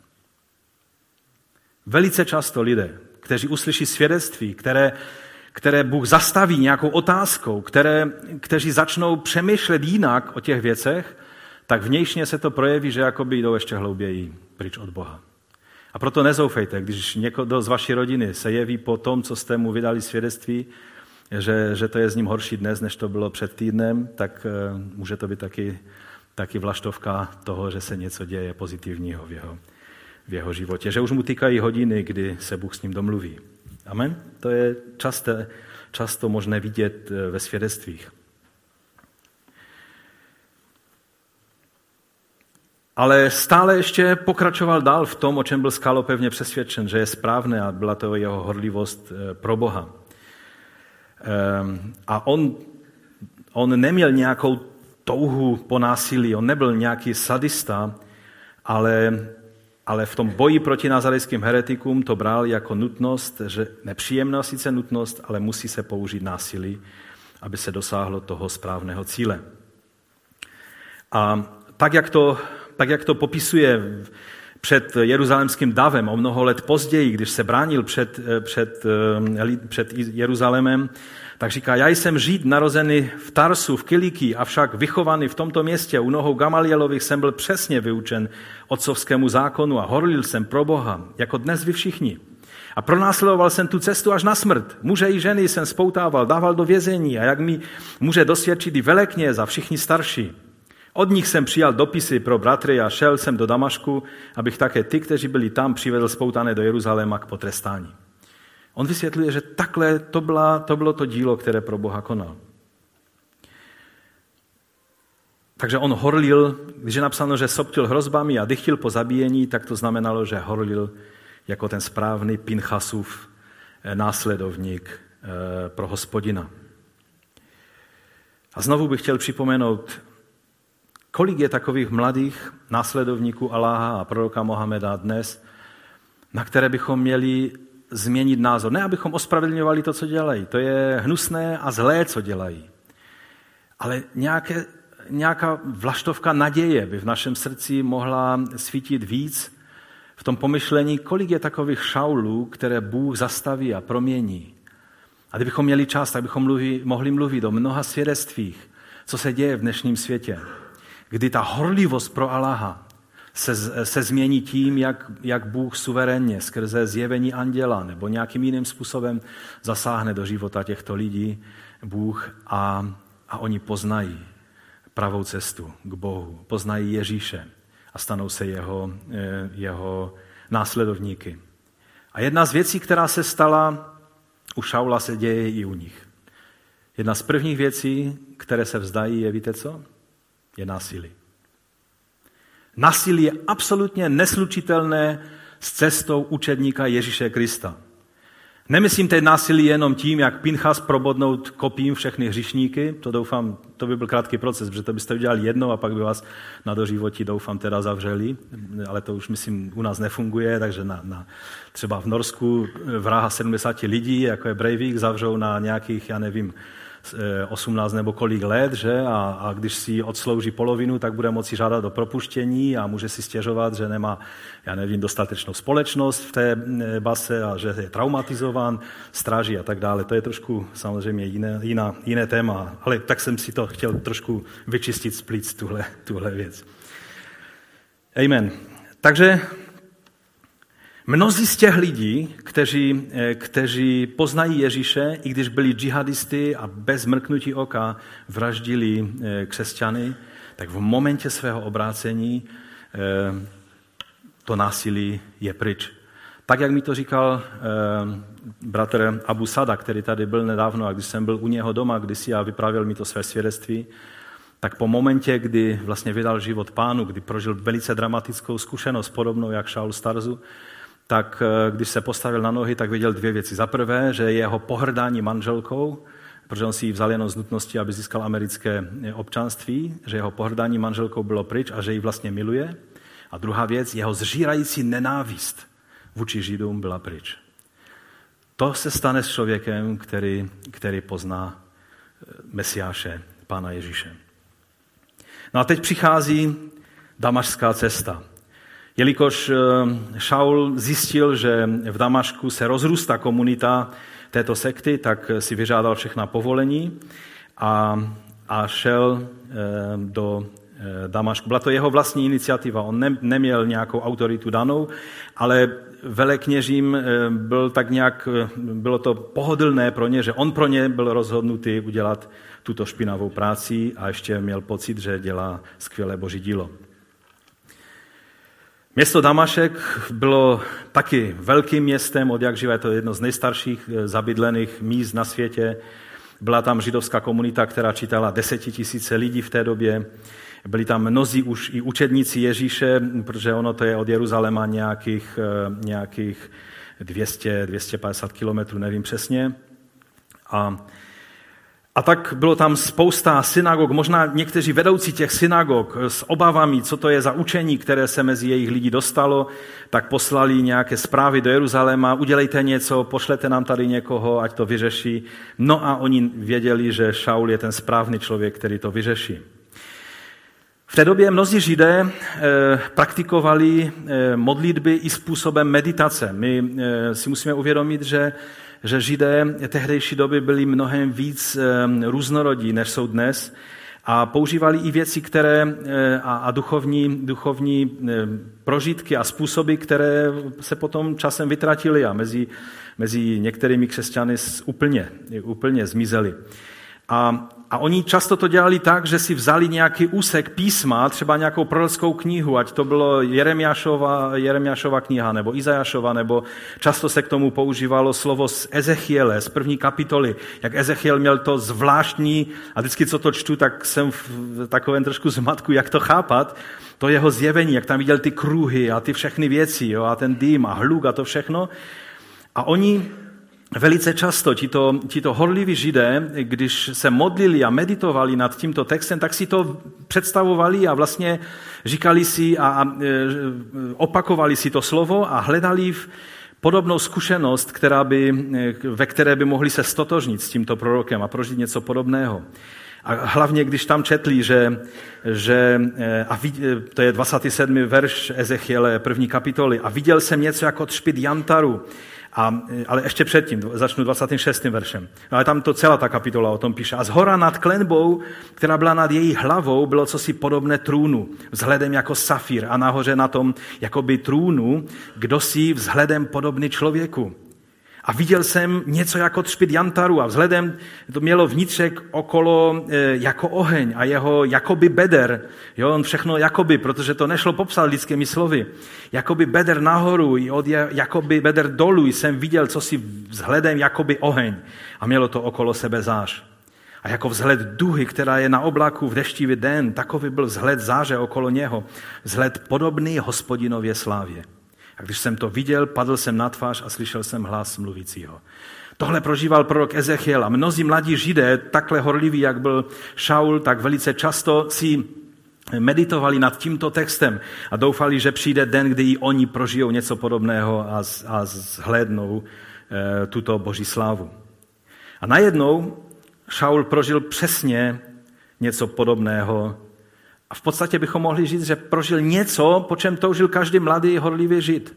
Velice často lidé, kteří uslyší svědectví, které, které Bůh zastaví nějakou otázkou, které, kteří začnou přemýšlet jinak o těch věcech, tak vnějšně se to projeví, že jakoby jdou ještě hlouběji pryč od Boha. A proto nezoufejte, když někdo z vaší rodiny se jeví po tom, co jste mu vydali svědectví, že, že to je s ním horší dnes, než to bylo před týdnem, tak uh, může to být taky, taky vlaštovka toho, že se něco děje pozitivního v jeho, v jeho životě. Že už mu týkají hodiny, kdy se Bůh s ním domluví. Amen? To je často, často možné vidět ve svědectvích. Ale stále ještě pokračoval dál v tom, o čem byl skálopevně přesvědčen, že je správné, a byla to jeho horlivost pro Boha. A on, on neměl nějakou touhu po násilí, on nebyl nějaký sadista, ale, ale v tom boji proti nazarejským heretikům to bral jako nutnost, že nepříjemná sice nutnost, ale musí se použít násilí, aby se dosáhlo toho správného cíle. A tak, jak to tak jak to popisuje před jeruzalémským davem o mnoho let později, když se bránil před, před, před Jeruzalémem, tak říká, já jsem Žid narozený v Tarsu, v Kiliki, avšak vychovaný v tomto městě u nohou Gamalielových jsem byl přesně vyučen otcovskému zákonu a horlil jsem pro Boha, jako dnes vy všichni. A pronásledoval jsem tu cestu až na smrt. Muže i ženy jsem spoutával, dával do vězení a jak mi může dosvědčit i velekněz a všichni starší. Od nich jsem přijal dopisy pro bratry a šel jsem do Damašku, abych také ty, kteří byli tam, přivedl spoutané do Jeruzaléma k potrestání. On vysvětluje, že takhle to, byla, to bylo to dílo, které pro Boha konal. Takže on horlil, když je napsáno, že soptil hrozbami a dychtil po zabíjení, tak to znamenalo, že horlil jako ten správný Pinchasův následovník pro Hospodina. A znovu bych chtěl připomenout, kolik je takových mladých následovníků Alláha a proroka Mohameda dnes, na které bychom měli změnit názor. Ne, abychom ospravedlňovali to, co dělají. To je hnusné a zlé, co dělají. Ale nějaké, nějaká vlaštovka naděje by v našem srdci mohla svítit víc v tom pomyšlení, kolik je takových Šaulů, které Bůh zastaví a promění. A kdybychom měli čas, tak bychom mluvi, mohli mluvit o mnoha svědectvích, co se děje v dnešním světě. Kdy ta horlivost pro Alláha se, se změní tím, jak, jak Bůh suverénně skrze zjevení anděla nebo nějakým jiným způsobem zasáhne do života těchto lidí Bůh a, a oni poznají pravou cestu k Bohu, poznají Ježíše a stanou se jeho, jeho následovníky. A jedna z věcí, která se stala u Šaula, se děje i u nich. Jedna z prvních věcí, které se vzdají, je, víte co? Je násilí. Násilí je absolutně neslučitelné s cestou učedníka Ježíše Krista. Nemyslím teď násilí jenom tím, jak Pinchas probodnout kopím všechny hříšníky, to doufám, to by byl krátký proces, protože to byste udělali jednou a pak by vás na doživotí, doufám, teda zavřeli, ale to už, myslím, u nás nefunguje, takže na, na, třeba v Norsku vraha sedmdesát lidí, jako je Breivik, zavřou na nějakých, já nevím, osmnáct nebo kolik let, že? A, a když si odslouží polovinu, tak bude moci žádat o propuštění a může si stěžovat, že nemá, já nevím, dostatečnou společnost v té base a že je traumatizován, stráží a tak dále. To je trošku samozřejmě jiné, jiná, jiné téma, ale tak jsem si to chtěl trošku vyčistit z plíc, tuhle, tuhle věc. Amen. Takže mnozí z těch lidí, kteří, kteří poznají Ježíše, i když byli džihadisty a bez mrknutí oka vraždili křesťany, tak v momentě svého obrácení to násilí je pryč. Tak, jak mi to říkal bratr Abu Sada, který tady byl nedávno, a když jsem byl u něho doma kdysi a vyprávěl mi to své svědectví, tak po momentě, kdy vlastně vydal život Pánu, kdy prožil velice dramatickou zkušenost, podobnou jak Šaul z Tarzu, tak když se postavil na nohy, tak viděl dvě věci. Za prvé, že jeho pohrdání manželkou, protože on si ji vzal jenom z nutnosti, aby získal americké občanství, že jeho pohrdání manželkou bylo pryč a že ji vlastně miluje. A druhá věc, jeho zžírající nenávist vůči Židům byla pryč. To se stane s člověkem, který, který pozná Mesiáše, Pána Ježíše. No a teď přichází damašská cesta. Jelikož Šaul zjistil, že v Damašku se rozrůstá komunita této sekty, tak si vyžádal všechna povolení a, a šel do Damašku. Byla to jeho vlastní iniciativa, on ne, neměl nějakou autoritu danou, ale velekněžím byl tak nějak, bylo to pohodlné pro ně, že on pro ně byl rozhodnutý udělat tuto špinavou práci a ještě měl pocit, že dělá skvělé boží dílo. Město Damašek bylo taky velkým městem, od jak živé, to je jedno z nejstarších zabydlených míst na světě. Byla tam židovská komunita, která čítala desetitisíce lidí v té době. Byli tam mnozí už i učedníci Ježíše, protože ono to je od Jeruzaléma nějakých, nějakých dvě stě, dvě stě padesát kilometrů, nevím přesně. A A tak bylo tam spousta synagog, možná někteří vedoucí těch synagog s obavami, co to je za učení, které se mezi jejich lidí dostalo, tak poslali nějaké zprávy do Jeruzaléma, udělejte něco, pošlete nám tady někoho, ať to vyřeší. No a oni věděli, že Šaul je ten správný člověk, který to vyřeší. V té době mnozí Židé praktikovali modlitby i způsobem meditace. My si musíme uvědomit, že, že Židé tehdejší doby byli mnohem víc různorodí, než jsou dnes, a používali i věci, které a, a duchovní, duchovní prožitky a způsoby, které se potom časem vytratily a mezi, mezi některými křesťany úplně, úplně zmizely. A, a oni často to dělali tak, že si vzali nějaký úsek písma, třeba nějakou prorockou knihu, ať to bylo Jeremiášova, Jeremiášova kniha nebo Izajášova, nebo často se k tomu používalo slovo z Ezechiele, z první kapitoly, jak Ezechiel měl to zvláštní, a vždycky, co to čtu, tak jsem v takovém trošku zmatku, jak to chápat, to jeho zjevení, jak tam viděl ty kruhy a ty všechny věci, jo, a ten dým a hluk a to všechno. A oni velice často, tito, tito horliví Židé, když se modlili a meditovali nad tímto textem, tak si to představovali a vlastně říkali si a, a opakovali si to slovo a hledali v podobnou zkušenost, která by, ve které by mohli se stotožnit s tímto prorokem a prožít něco podobného. A hlavně, když tam četli, že, že a vid, to je dvacátý sedmý verš Ezechiele první kapitoly, a viděl jsem něco jako třpyt jantaru. A, ale ještě předtím, začnu dvacátým šestým veršem. No, ale tam to celá ta kapitola o tom píše. A zhora nad klenbou, která byla nad její hlavou, bylo cosi podobné trůnu, vzhledem jako safír, a nahoře na tom jakoby trůnu, kdosi vzhledem podobný člověku. A viděl jsem něco jako třpyt jantaru a vzhledem to mělo vnitřek okolo e, jako oheň a jeho jakoby beder. Jo, on všechno jakoby, protože to nešlo popsat lidskými slovy. Jakoby beder nahoru i od jakoby beder dolů jsem viděl cosi vzhledem jakoby oheň a mělo to okolo sebe zář. A jako vzhled duhy, která je na oblaku v deštivý den, takový byl vzhled záře okolo něho. Vzhled podobný Hospodinově slávě. A když jsem to viděl, padl jsem na tvář a slyšel jsem hlas mluvícího. Tohle prožíval prorok Ezechiel a mnozí mladí Židé, takhle horliví, jak byl Šaul, tak velice často si meditovali nad tímto textem a doufali, že přijde den, kdy i oni prožijou něco podobného a, a zhlédnou e, tuto boží slávu. A najednou Šaul prožil přesně něco podobného. A v podstatě bychom mohli říct, že prožil něco, po čem toužil každý mladý horlivý Žid.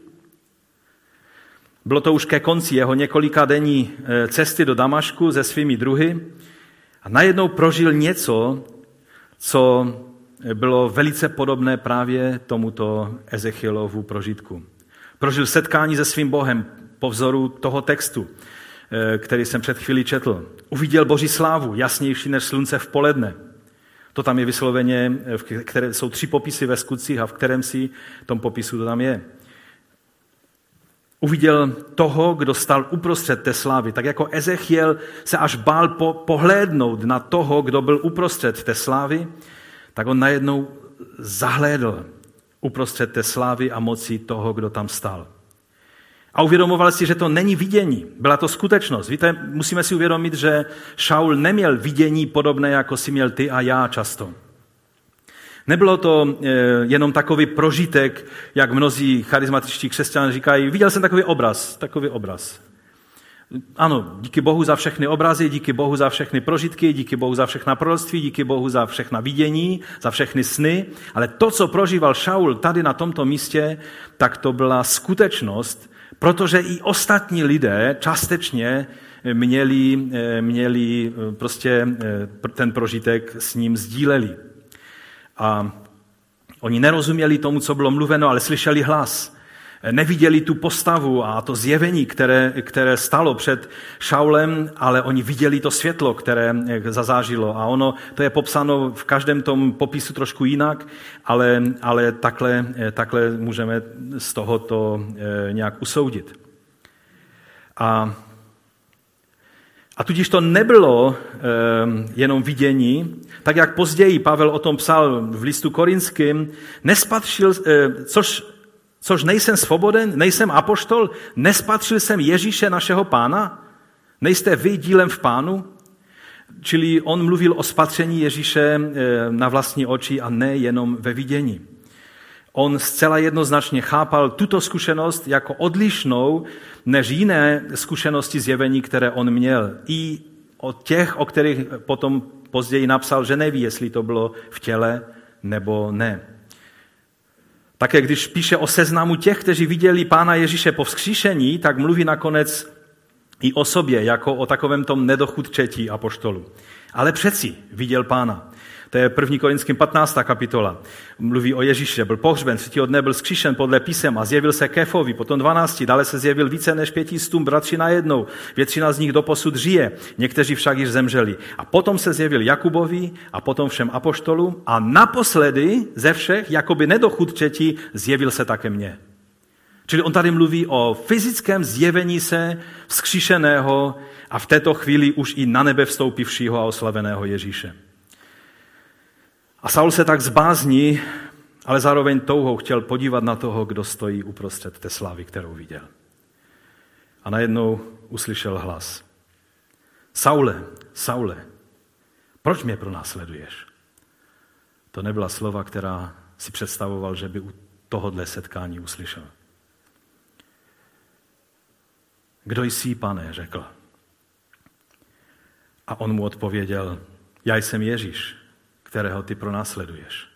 Bylo to už ke konci jeho několika denní cesty do Damašku se svými druhy a najednou prožil něco, co bylo velice podobné právě tomuto Ezechielovu prožitku. Prožil setkání se svým Bohem po vzoru toho textu, který jsem před chvílí četl. Uviděl Boží slávu, jasnější než slunce v poledne. To tam je vysloveně, v které jsou tři popisy ve skutcích a v kterém si tom popisu to tam je. Uviděl toho, kdo stal uprostřed té slávy. Tak jako Ezechiel se až bál po, pohlédnout na toho, kdo byl uprostřed té slávy, tak on najednou zahlédl uprostřed té slávy a moci toho, kdo tam stál. A uvědomoval si, že to není vidění, byla to skutečnost. Víte, musíme si uvědomit, že Šaul neměl vidění podobné, jako si měl ty a já často. Nebylo to jenom takový prožitek, jak mnozí charismatičtí křesťané říkají, viděl jsem takový obraz, takový obraz. Ano, díky Bohu za všechny obrazy, díky Bohu za všechny prožitky, díky Bohu za všechna proroctví, díky Bohu za všechna vidění, za všechny sny, ale to, co prožíval Šaul tady na tomto místě, tak to byla skutečnost, protože i ostatní lidé částečně měli, měli prostě ten prožitek s ním sdíleli. A oni nerozuměli tomu, co bylo mluveno, ale slyšeli hlas. Neviděli tu postavu a to zjevení, které, které stalo před Šaulem, ale oni viděli to světlo, které zazářilo. A ono, to je popsáno v každém tom popisu trošku jinak, ale, ale takhle, takhle můžeme z tohoto nějak usoudit. A, a tudíž to nebylo eh, jenom vidění, tak jak později Pavel o tom psal v listu Korinským, nespatřil, eh, což Což nejsem svoboden, nejsem apoštol, nespatřil jsem Ježíše našeho Pána? Nejste vy dílem v Pánu? Čili on mluvil o spatření Ježíše na vlastní oči a ne jenom ve vidění. On zcela jednoznačně chápal tuto zkušenost jako odlišnou než jiné zkušenosti zjevení, které on měl. I od těch, o kterých potom později napsal, že neví, jestli to bylo v těle nebo ne. Také když píše o seznamu těch, kteří viděli Pána Ježíše po vzkříšení, tak mluví nakonec i o sobě, jako o takovém tom nedochudčetí apoštolu. Ale přeci viděl Pána. To je první Korinským patnáctá kapitola. Mluví o Ježíši, byl pohřben, třetího dne byl vzkříšen podle písem a zjevil se Kéfovi, potom dvanácti, dále se zjevil více než pětistům bratři najednou. Většina z nich doposud žije, někteří však již zemřeli. A potom se zjevil Jakubovi a potom všem apoštolům a naposledy ze všech, jakoby nedochudčetí, zjevil se také mně. Čili on tady mluví o fyzickém zjevení se vzkříšeného a v této chvíli už i na nebe vstoupivšího a oslaveného Ježíše. A Saul se tak zbázní, ale zároveň touhou chtěl podívat na toho, kdo stojí uprostřed té slávy, kterou viděl. A najednou uslyšel hlas. Saule, Saule, proč mě pronásleduješ? To nebyla slova, která si představoval, že by u tohohle setkání uslyšel. Kdo jsi, Pane, řekl. A on mu odpověděl, já jsem Ježíš, kterého ty pronásleduješ.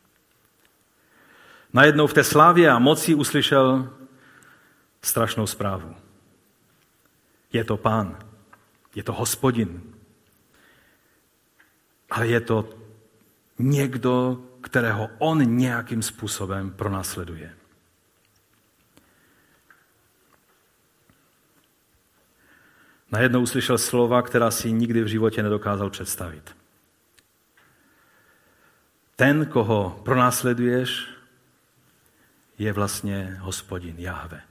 Najednou v té slávě a moci uslyšel strašnou zprávu. Je to Pán, je to Hospodin, ale je to někdo, kterého on nějakým způsobem pronásleduje. Najednou uslyšel slova, která si nikdy v životě nedokázal představit. Ten, koho pronásleduješ, je vlastně Hospodin, Jahve.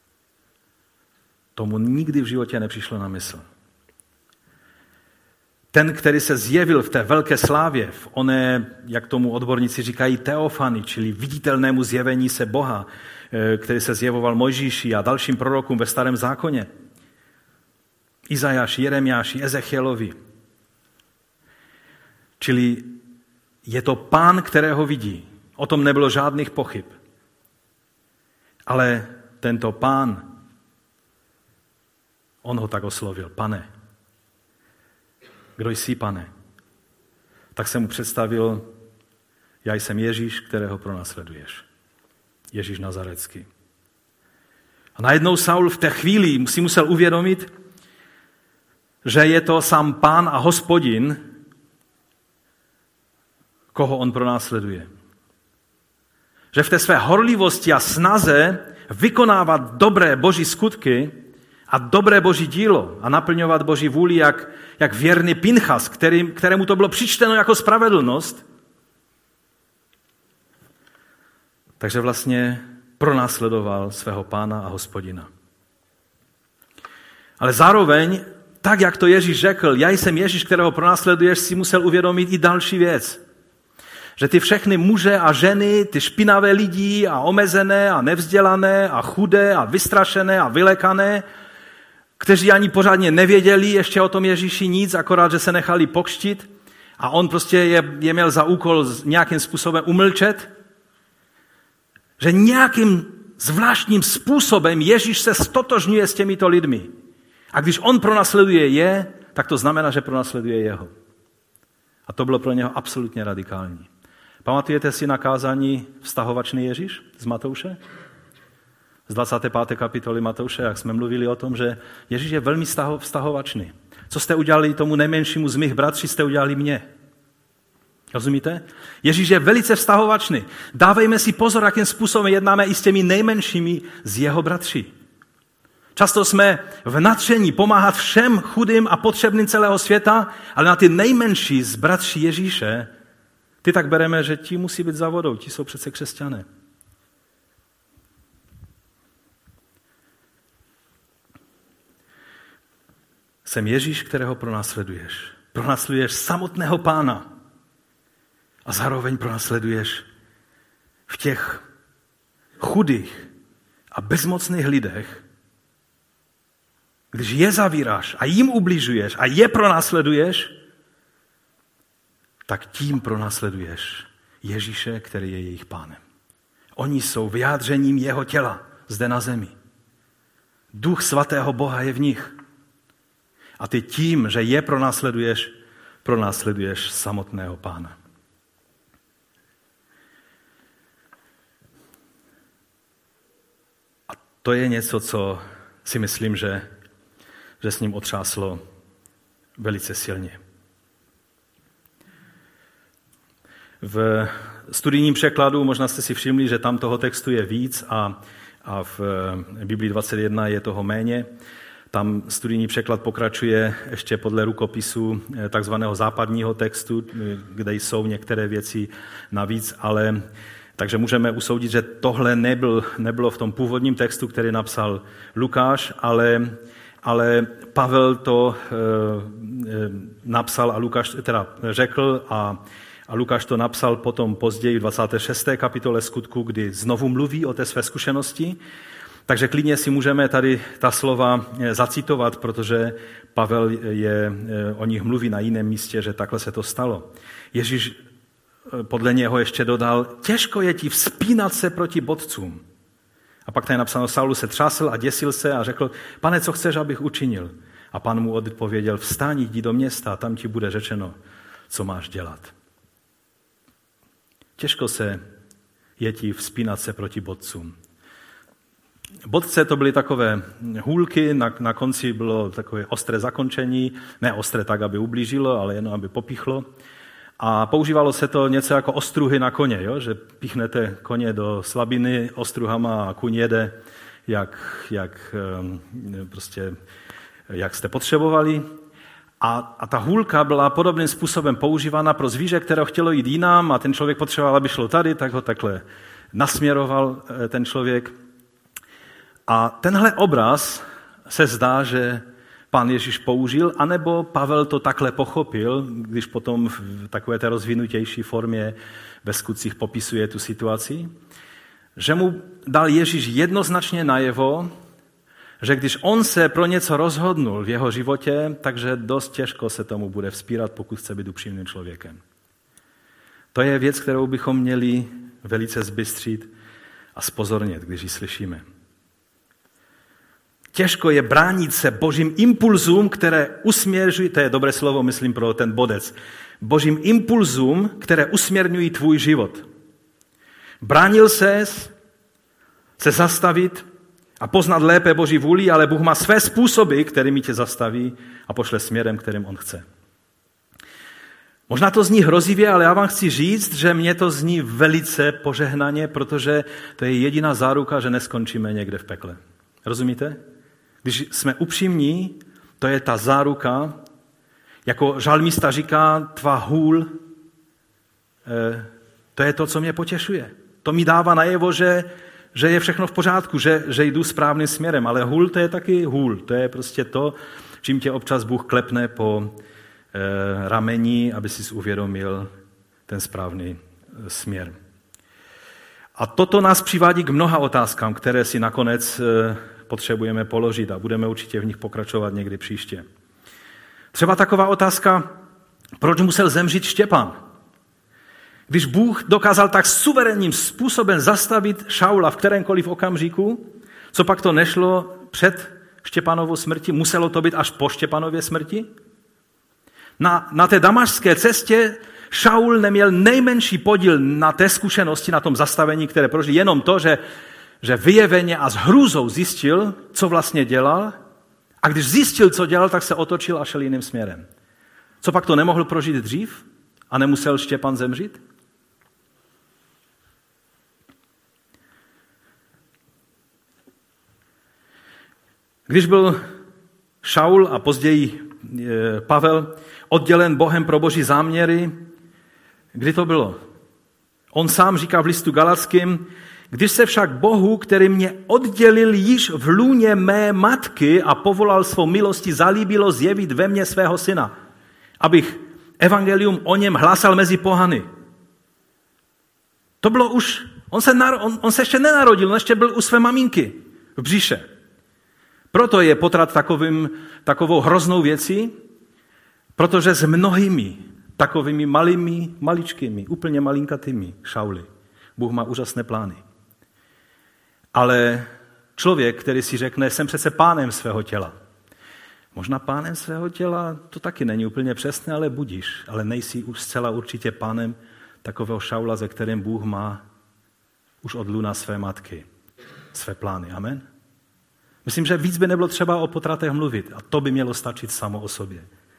Tomu nikdy v životě nepřišlo na mysl. Ten, který se zjevil v té velké slávě, v oné, jak tomu odborníci říkají, teofany, čili viditelnému zjevení se Boha, který se zjevoval Mojžíši a dalším prorokům ve Starém zákoně, Izajáši, Jeremiáši, Ezechielovi. Čili je to Pán, kterého vidí. O tom nebylo žádných pochyb. Ale tento Pán, on ho tak oslovil. Pane, kdo jsi, Pane? Tak se mu představil, já jsem Ježíš, kterého pronásleduješ. Ježíš Nazarecký. A najednou Saul v té chvíli si musel uvědomit, že je to sám Pán a Hospodin, koho on pronásleduje. Že v té své horlivosti a snaze vykonávat dobré boží skutky a dobré boží dílo a naplňovat boží vůli, jak, jak věrný Pinchas, který, kterému to bylo přičteno jako spravedlnost, takže vlastně pronásledoval svého Pána a Hospodina. Ale zároveň, tak jak to Ježíš řekl, já jsem Ježíš, kterého pronásleduješ, si musel uvědomit i další věc. Že ty všechny muže a ženy, ty špinavé lidi a omezené a nevzdělané a chudé a vystrašené a vylekané, kteří ani pořádně nevěděli ještě o tom Ježíši nic, akorát, že se nechali pokřtit a on prostě je, je měl za úkol nějakým způsobem umlčet, že nějakým zvláštním způsobem Ježíš se stotožňuje s těmito lidmi. A když on pronásleduje je, tak to znamená, že pronásleduje jeho. A to bylo pro něho absolutně radikální. Pamatujete si na kázání Vztahovačný Ježíš z Matouše? Z dvacáté páté kapitoly Matouše, jak jsme mluvili o tom, že Ježíš je velmi vztahovačný. Co jste udělali tomu nejmenšímu z mých bratří, jste udělali mně. Rozumíte? Ježíš je velice vztahovačný. Dávejme si pozor, jakým způsobem jednáme i s těmi nejmenšími z jeho bratří. Často jsme v nadšení pomáhat všem chudým a potřebným celého světa, ale na ty nejmenší z bratří Ježíše, ty tak bereme, že ti musí být za vodou, ti jsou přece křesťané. Jsem Ježíš, kterého pronásleduješ. Pronásleduješ samotného Pána a zároveň pronásleduješ v těch chudých a bezmocných lidech, když je zavíráš a jim ubližuješ a je pronásleduješ, tak tím pronásleduješ Ježíše, který je jejich Pánem. Oni jsou vyjádřením jeho těla zde na zemi. Duch svatého Boha je v nich. A ty tím, že je pronásleduješ, pronásleduješ samotného Pána. to je něco, co si myslím, že, že s ním otřáslo velice silně. V studijním překladu, možná jste si všimli, že tam toho textu je víc a, a v Biblii dvacet jedna je toho méně. Tam studijní překlad pokračuje ještě podle rukopisu takzvaného západního textu, kde jsou některé věci navíc, ale takže můžeme usoudit, že tohle nebyl, nebylo v tom původním textu, který napsal Lukáš, ale, ale Pavel to e, e, napsal a Lukáš teda řekl a, a Lukáš to napsal potom později v dvacáté šesté kapitole Skutku, kdy znovu mluví o té své zkušenosti. Takže klidně si můžeme tady ta slova zacitovat, protože Pavel je, o nich mluví na jiném místě, že takhle se to stalo. Ježíš podle něho ještě dodal, těžko je ti vzpínat se proti bodcům. A pak tady je napsáno, Saul se třásl a děsil se a řekl, pane, co chceš, abych učinil? A pan mu odpověděl, vstaň, jdi do města a tam ti bude řečeno, co máš dělat. Těžko se je ti vzpínat se proti bodcům. Bodce to byly takové hůlky, na, na konci bylo takové ostré zakončení, ne ostré tak, aby ublížilo, ale jen aby popichlo. A používalo se to něco jako ostruhy na koně, jo? Že pichnete koně do slabiny ostruhama a kuň jede, jak, jak, prostě, jak jste potřebovali. A, a ta hůlka byla podobným způsobem používána pro zvíře, které chtělo jít jinam a ten člověk potřeboval, aby šlo tady, tak ho takhle nasměroval ten člověk. A tenhle obraz se zdá, že Pán Ježíš použil, anebo Pavel to takhle pochopil, když potom v takové té rozvinutější formě ve skutcích popisuje tu situaci, že mu dal Ježíš jednoznačně najevo, že když on se pro něco rozhodnul v jeho životě, takže dost těžko se tomu bude vzpírat, pokud chce být upřímným člověkem. To je věc, kterou bychom měli velice zbystřit a zpozornět, když ji slyšíme. Těžko je bránit se božím impulzům, které usměřují, to je dobré slovo, myslím, pro ten bodec, božím impulzům, které usměrňují tvůj život. Bránil ses se zastavit a poznat lépe Boží vůli, ale Bůh má své způsoby, kterými tě zastaví a pošle směrem, kterým on chce. Možná to zní hrozivě, ale já vám chci říct, že mně to zní velice požehnaně, protože to je jediná záruka, že neskončíme někde v pekle. Rozumíte? Když jsme upřímní, to je ta záruka, jako žalmista říká, tvá hůl, to je to, co mě potěšuje. To mi dává najevo, že, že je všechno v pořádku, že, že jdu správným směrem, ale hůl to je taky hůl, to je prostě to, čím tě občas Bůh klepne po eh, rameni, aby si uvědomil ten správný směr. A toto nás přivádí k mnoha otázkám, které si nakonec eh, potřebujeme položit a budeme určitě v nich pokračovat někdy příště. Třeba taková otázka, proč musel zemřít Štěpán? Když Bůh dokázal tak suverénním způsobem zastavit Šaula v kterémkoliv okamžiku, co pak to nešlo před Štěpánovou smrti, muselo to být až po Štěpánově smrti? Na, na té damašské cestě Šaul neměl nejmenší podíl na té zkušenosti, na tom zastavení, které prožil, jenom to, že že vyjeveně a s hrůzou zjistil, co vlastně dělal, a když zjistil, co dělal, tak se otočil a šel jiným směrem. Co pak to nemohl prožít dřív a nemusel Štěpán zemřít? Když byl Šaul a později Pavel oddělen Bohem pro boží záměry, kdy to bylo? On sám říká v listu Galatským, když se však Bohu, který mě oddělil již v lůně mé matky a povolal svou milostí, zalíbilo zjevit ve mně svého syna, abych evangelium o něm hlásal mezi pohany. To bylo už, on se, naro, on, on se ještě nenarodil, on ještě byl u své maminky v břiše. Proto je potrat takovým, takovou hroznou věcí, protože s mnohými takovými malými, maličkými, úplně malinkatými Šauly Bůh má úžasné plány. Ale člověk, který si řekne, jsem přece pánem svého těla. Možná pánem svého těla, to taky není úplně přesné, ale budíš. Ale nejsi už zcela určitě pánem takového Šaula, ze kterým Bůh má už od luna své matky, své plány. Amen? Myslím, že víc by nebylo třeba o potratech mluvit a to by mělo stačit samo o sobě.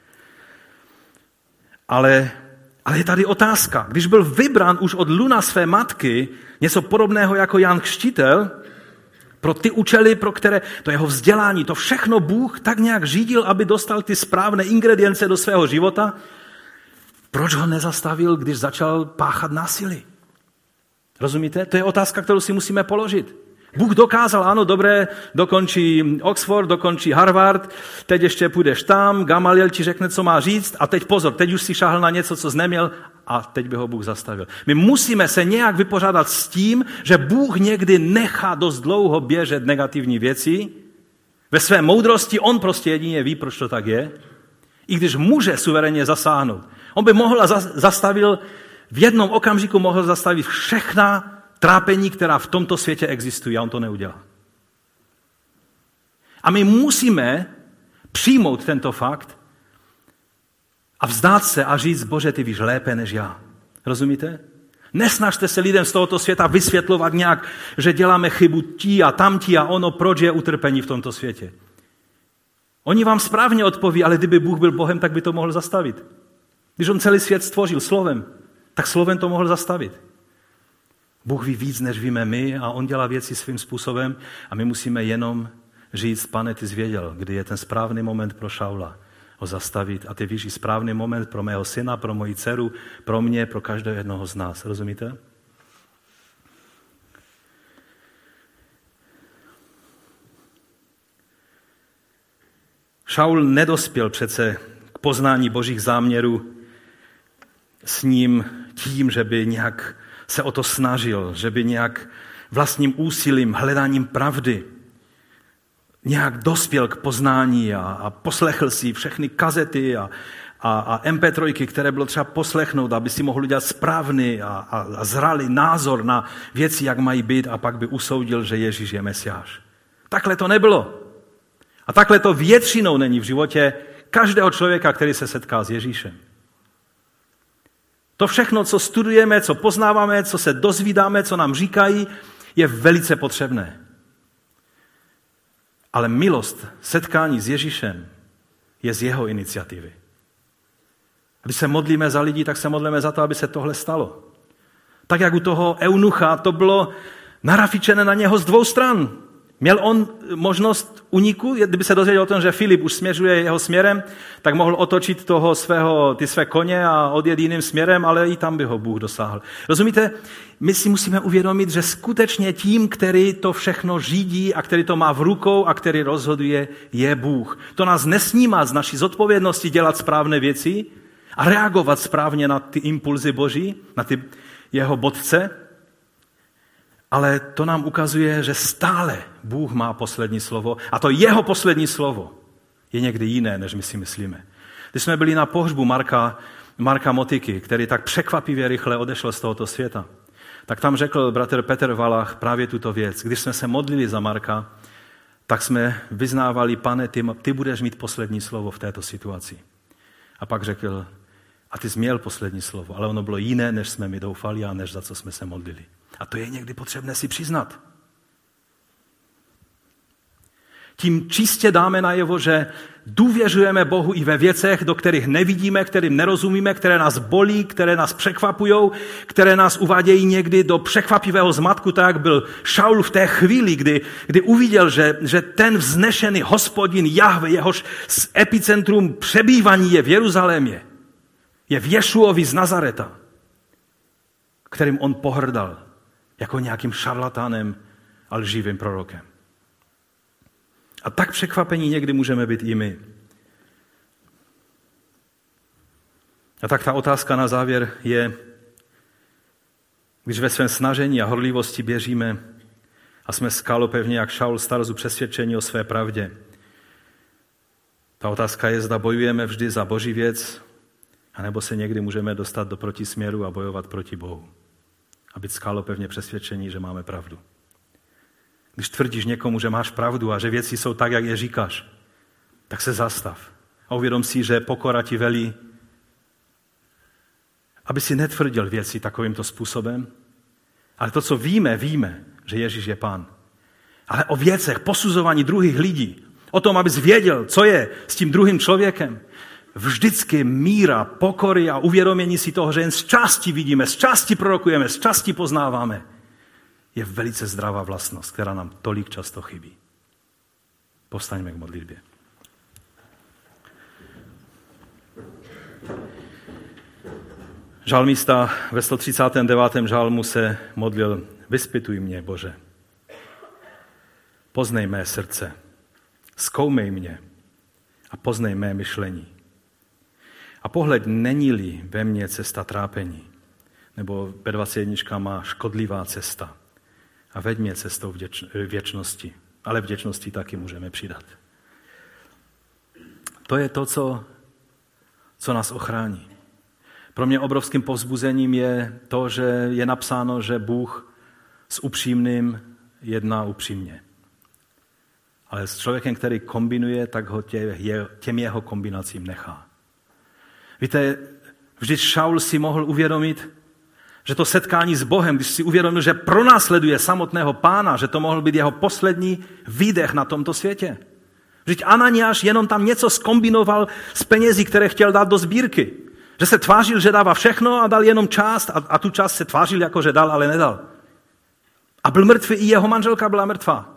Ale, ale je tady otázka. Když byl vybrán už od luna své matky něco podobného jako Jan Křtitel, pro ty účely, pro které, to jeho vzdělání, to všechno Bůh tak nějak řídil, aby dostal ty správné ingredience do svého života, proč ho nezastavil, když začal páchat násilí? Rozumíte? To je otázka, kterou si musíme položit. Bůh dokázal, ano, dobré, dokončí Oxford, dokončí Harvard, teď ještě půjdeš tam, Gamaliel ti řekne, co má říct a teď pozor, teď už si šáhl na něco, co jsi neměl a teď by ho Bůh zastavil. My musíme se nějak vypořádat s tím, že Bůh někdy nechá dost dlouho běžet negativní věci. Ve své moudrosti on prostě jedině ví, proč to tak je, i když může suverénně zasáhnout. On by mohl a zastavil, v jednom okamžiku mohl zastavit všechna trápení, která v tomto světě existují, a on to neudělá. A my musíme přijmout tento fakt a vzdát se a říct, Bože, ty víš lépe než já. Rozumíte? Nesnažte se lidem z tohoto světa vysvětlovat nějak, že děláme chybu tí a tamtí a ono, proč je utrpení v tomto světě. Oni vám správně odpoví, ale kdyby Bůh byl Bohem, tak by to mohl zastavit. Když on celý svět stvořil slovem, tak slovem to mohl zastavit. Bůh ví víc, než víme my a on dělá věci svým způsobem a my musíme jenom říct, Pane, ty jsi věděl, kdy je ten správný moment pro Šaula ho zastavit a ty víš i správný moment pro mého syna, pro moji dceru, pro mě, pro každého jednoho z nás. Rozumíte? Šaul nedospěl přece k poznání Božích záměrů s ním tím, že by nějak se o to snažil, že by nějak vlastním úsilím, hledáním pravdy nějak dospěl k poznání a, a poslechl si všechny kazety a, a, a em pé tři, které bylo třeba poslechnout, aby si mohl udělat správný a, a, a zralý názor na věci, jak mají být a pak by usoudil, že Ježíš je Mesiáš. Takhle to nebylo. A takhle to většinou není v životě každého člověka, který se setká s Ježíšem. To všechno, co studujeme, co poznáváme, co se dozvídáme, co nám říkají, je velice potřebné. Ale milost, setkání s Ježíšem je z jeho iniciativy. Když se modlíme za lidi, tak se modlíme za to, aby se tohle stalo. Tak jak u toho eunucha to bylo narafičené na něho z dvou stran. Měl on možnost uniku, kdyby se dozvěděl o tom, že Filip už směřuje jeho směrem, tak mohl otočit toho svého, ty své koně a odjet jiným směrem, ale i tam by ho Bůh dosáhl. Rozumíte? My si musíme uvědomit, že skutečně tím, který to všechno řídí a který to má v rukou a který rozhoduje, je Bůh. To nás nesnímá z naší zodpovědnosti dělat správné věci a reagovat správně na ty impulzy Boží, na ty jeho bodce, ale to nám ukazuje, že stále Bůh má poslední slovo a to jeho poslední slovo je někdy jiné, než my si myslíme. Když jsme byli na pohřbu Marka, Marka Motiky, který tak překvapivě rychle odešel z tohoto světa, tak tam řekl bratr Petr Valach právě tuto věc. Když jsme se modlili za Marka, tak jsme vyznávali, Pane, ty, ty budeš mít poslední slovo v této situaci. A pak řekl, a ty jsi měl poslední slovo, ale ono bylo jiné, než jsme mi doufali a než za co jsme se modlili. A to je někdy potřebné si přiznat. Tím čistě dáme najevo, že důvěřujeme Bohu i ve věcech, do kterých nevidíme, kterým nerozumíme, které nás bolí, které nás překvapujou, které nás uvádějí někdy do překvapivého zmatku, tak jak byl Šaul v té chvíli, kdy, kdy uviděl, že, že ten vznešený Hospodin Jahve, jehož epicentrum přebývání je v Jeruzalémě, je v Ješuovi z Nazareta, kterým on pohrdal jako nějakým šarlatánem a lživým prorokem. A tak překvapení někdy můžeme být i my. A tak ta otázka na závěr je, když ve svém snažení a horlivosti běžíme a jsme skálopevně jak Šaul starostu přesvědčení o své pravdě. Ta otázka je, zda bojujeme vždy za Boží věc, anebo se někdy můžeme dostat do protisměru a bojovat proti Bohu. A být skálopevně přesvědčení, že máme pravdu. Když tvrdíš někomu, že máš pravdu a že věci jsou tak, jak je říkáš, tak se zastav. A uvědom si, že pokora ti velí, aby si netvrdil věci takovýmto způsobem, ale to, co víme, víme, že Ježíš je Pán. ale o věcech, posuzování druhých lidí. O tom, abys věděl, co je s tím druhým člověkem. Vždycky míra pokory a uvědomění si toho, že jen z části vidíme, z části prorokujeme, z části poznáváme, je velice zdravá vlastnost, která nám tolik často chybí. Povstaňme k modlitbě. Žalmista ve sto třicátém devátém žalmu se modlil: Vyzpituj mě, Bože. Poznej mé srdce. Zkoumej mě a poznej mé myšlení. A pohled, není-li ve mně cesta trápení, nebo ve dvacet jedna má škodlivá cesta. A veď mě cestou věčnosti. Ale vděčnosti taky můžeme přidat. To je to, co, co nás ochrání. Pro mě obrovským povzbuzením je to, že je napsáno, že Bůh s upřímným jedná upřímně. Ale s člověkem, který kombinuje, tak ho tě, těm jeho kombinacím nechá. Víte, vždyť Šaul si mohl uvědomit, že to setkání s Bohem, když si uvědomil, že pronásleduje samotného Pána, že to mohl být jeho poslední výdech na tomto světě. Vždyť Ananiáš jenom tam něco zkombinoval s penězi, které chtěl dát do sbírky. Že se tvářil, že dává všechno a dal jenom část a, a tu část se tvářil jako, že dal, ale nedal. A byl mrtvý, i jeho manželka byla mrtvá.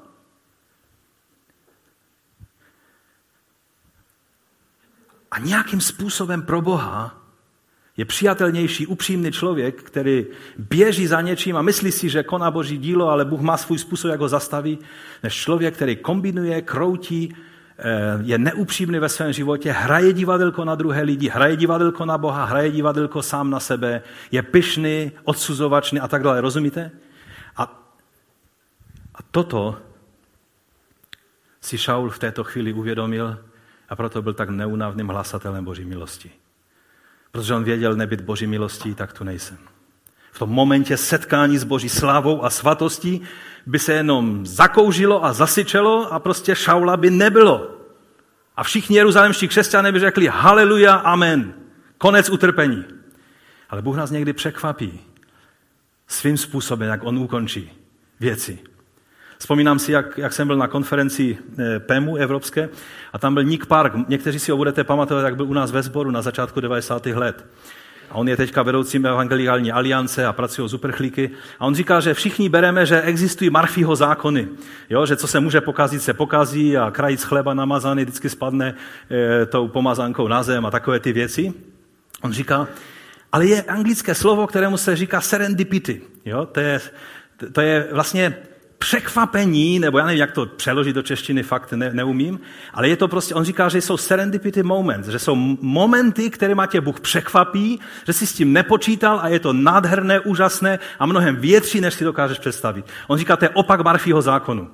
A nějakým způsobem pro Boha je přijatelnější, upřímný člověk, který běží za něčím a myslí si, že koná Boží dílo, ale Bůh má svůj způsob, jak ho zastaví, než člověk, který kombinuje, kroutí, je neupřímný ve svém životě, hraje divadelko na druhé lidi, hraje divadelko na Boha, hraje divadelko sám na sebe, je pyšný, odsuzovačný a tak dále. Rozumíte? A, a toto si Šaul v této chvíli uvědomil a proto byl tak neúnavným hlasatelem Boží milosti. Protože on věděl, nebyt Boží milostí, tak tu nejsem. V tom momentě setkání s Boží slávou a svatostí by se jenom zakouřilo a zasyčelo a prostě Šaula by nebylo. A všichni jeruzalémští křesťané by řekli haleluja, amen, konec utrpení. Ale Bůh nás někdy překvapí svým způsobem, jak on ukončí věci. Vzpomínám si, jak, jak jsem byl na konferenci P E M U evropské a tam byl Nick Park. Někteří si ho budete pamatovat, jak byl u nás ve sboru na začátku devadesátých let. A on je teďka vedoucím Evangelikální aliance a pracuje s uprchlíky. A on říká, že všichni bereme, že existují Murphyho zákony. Jo, že co se může pokazit, se pokazí a krajíc chleba namazaný vždycky spadne e, tou pomazánkou na zem a takové ty věci. On říká, ale je anglické slovo, kterému se říká serendipity. Jo, to je, to je vlastně překvapení, nebo já nevím, jak to přeložit do češtiny, fakt ne, neumím, ale je to prostě, on říká, že jsou serendipity moments, že jsou momenty, které tě Bůh překvapí, že jsi s tím nepočítal a je to nádherné, úžasné a mnohem větší, než si dokážeš představit. On říká, to je opak Murphyho zákonu.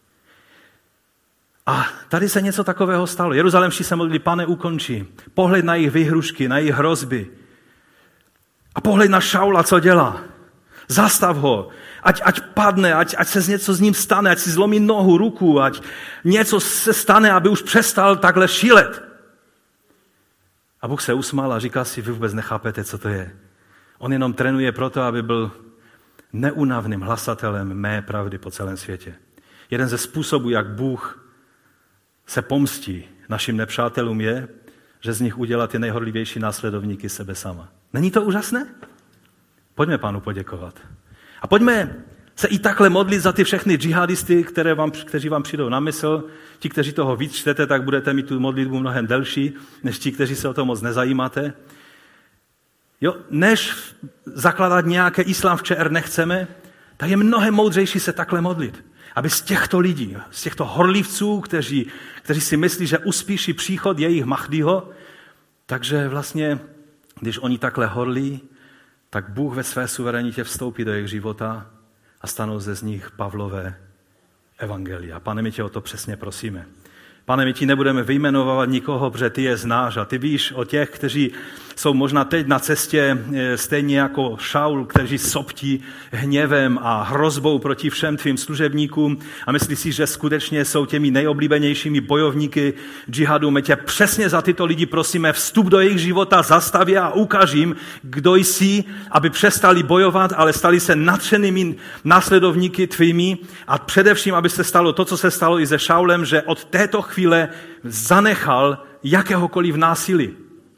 A tady se něco takového stalo. Jeruzalémští se modlili, Pane, ukončí. Pohled na jejich výhrušky, na jejich hrozby. A pohled na Šaula, co dělá. Zastav ho, ať, ať padne, ať, ať se něco s ním stane, ať si zlomí nohu, ruku, ať něco se stane, aby už přestal takhle šílet. A Bůh se usmál a říká si, vy vůbec nechápete, co to je. On jenom trénuje proto, aby byl neúnavným hlasatelem mé pravdy po celém světě. Jeden ze způsobů, jak Bůh se pomstí našim nepřátelům, je, že z nich udělá ty nejhorlivější následovníky sebe sama. Není to úžasné? Pojďme Pánu poděkovat. A pojďme se i takhle modlit za ty všechny džihadisty, které vám, kteří vám přijdou na mysl. Ti, kteří toho víc čtete, tak budete mít tu modlitbu mnohem delší, než ti, kteří se o to moc nezajímáte. Jo, než zakládat nějaké islám v Č R nechceme, tak je mnohem moudřejší se takhle modlit. Aby z těchto lidí, z těchto horlivců, kteří, kteří si myslí, že uspíší příchod jejich Mahdiho, takže vlastně, když oni takhle horlí, tak Bůh ve své suverenitě vstoupí do jejich života a stanou ze z nich Pavlové evangelia. Pane, my tě o to přesně prosíme. Pane, my ti nebudeme vyjmenovávat nikoho, protože ty je znáš a ty víš o těch, kteří jsou možná teď na cestě stejně jako Šaul, kteří soptí hněvem a hrozbou proti všem tvým služebníkům a myslí si, že skutečně jsou těmi nejoblíbenějšími bojovníky džihadu. My tě přesně za tyto lidi prosíme, vstup do jejich života, zastaví a ukaž jim, kdo jsi, aby přestali bojovat, ale stali se nadšenými následovníky tvými a především, aby se stalo to, co se stalo i se Šaulem, že od této chvíle zanechal jakéhokoliv násilí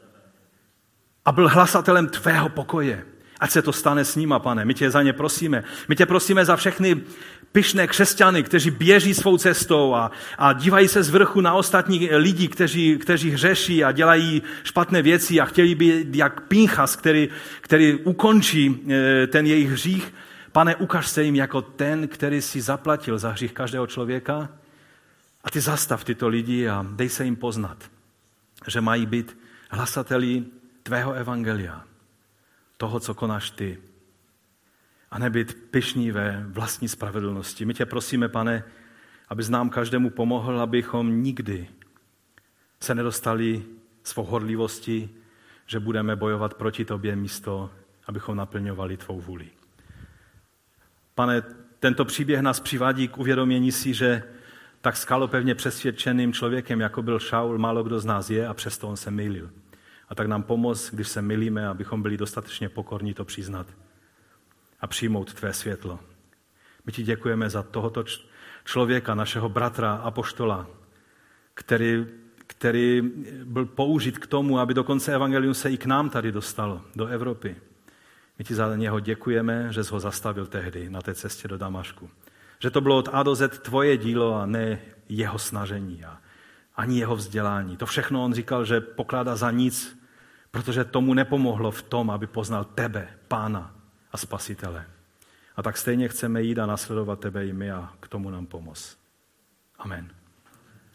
a byl hlasatelem tvého pokoje. Ať se to stane s nima, Pane. My tě za ně prosíme. My tě prosíme za všechny pyšné křesťany, kteří běží svou cestou a, a dívají se z vrchu na ostatní lidi, kteří, kteří hřeší a dělají špatné věci a chtěli být jak Pinchas, který, který ukončí ten jejich hřích. Pane, ukaž se jim jako ten, který si zaplatil za hřích každého člověka a ty zastav tyto lidi a dej se jim poznat, že mají být hlasateli tvého evangelia, toho, co konáš ty, a nebyt pyšní ve vlastní spravedlnosti. My tě prosíme, Pane, abys nám každému pomohl, abychom nikdy se nedostali svou horlivostí, že budeme bojovat proti tobě místo, abychom naplňovali tvou vůli. Pane, tento příběh nás přivádí k uvědomění si, že tak skalopevně přesvědčeným člověkem, jako byl Šaul, málo kdo z nás je a přesto on se mýlil. A tak nám pomoz, když se mylíme, abychom byli dostatečně pokorní to přiznat a přijmout tvé světlo. My ti děkujeme za tohoto člověka, našeho bratra, apoštola, který, který byl použit k tomu, aby dokonce evangelium se i k nám tady dostalo, do Evropy. My ti za něho děkujeme, že jsi ho zastavil tehdy na té cestě do Damašku. Že to bylo od A do Z tvoje dílo a ne jeho snažení a ani jeho vzdělání. To všechno on říkal, že pokládá za nic, protože tomu nepomohlo v tom, aby poznal tebe, Pána a Spasitele. A tak stejně chceme jít a nasledovat tebe i my a k tomu nám pomoz. Amen.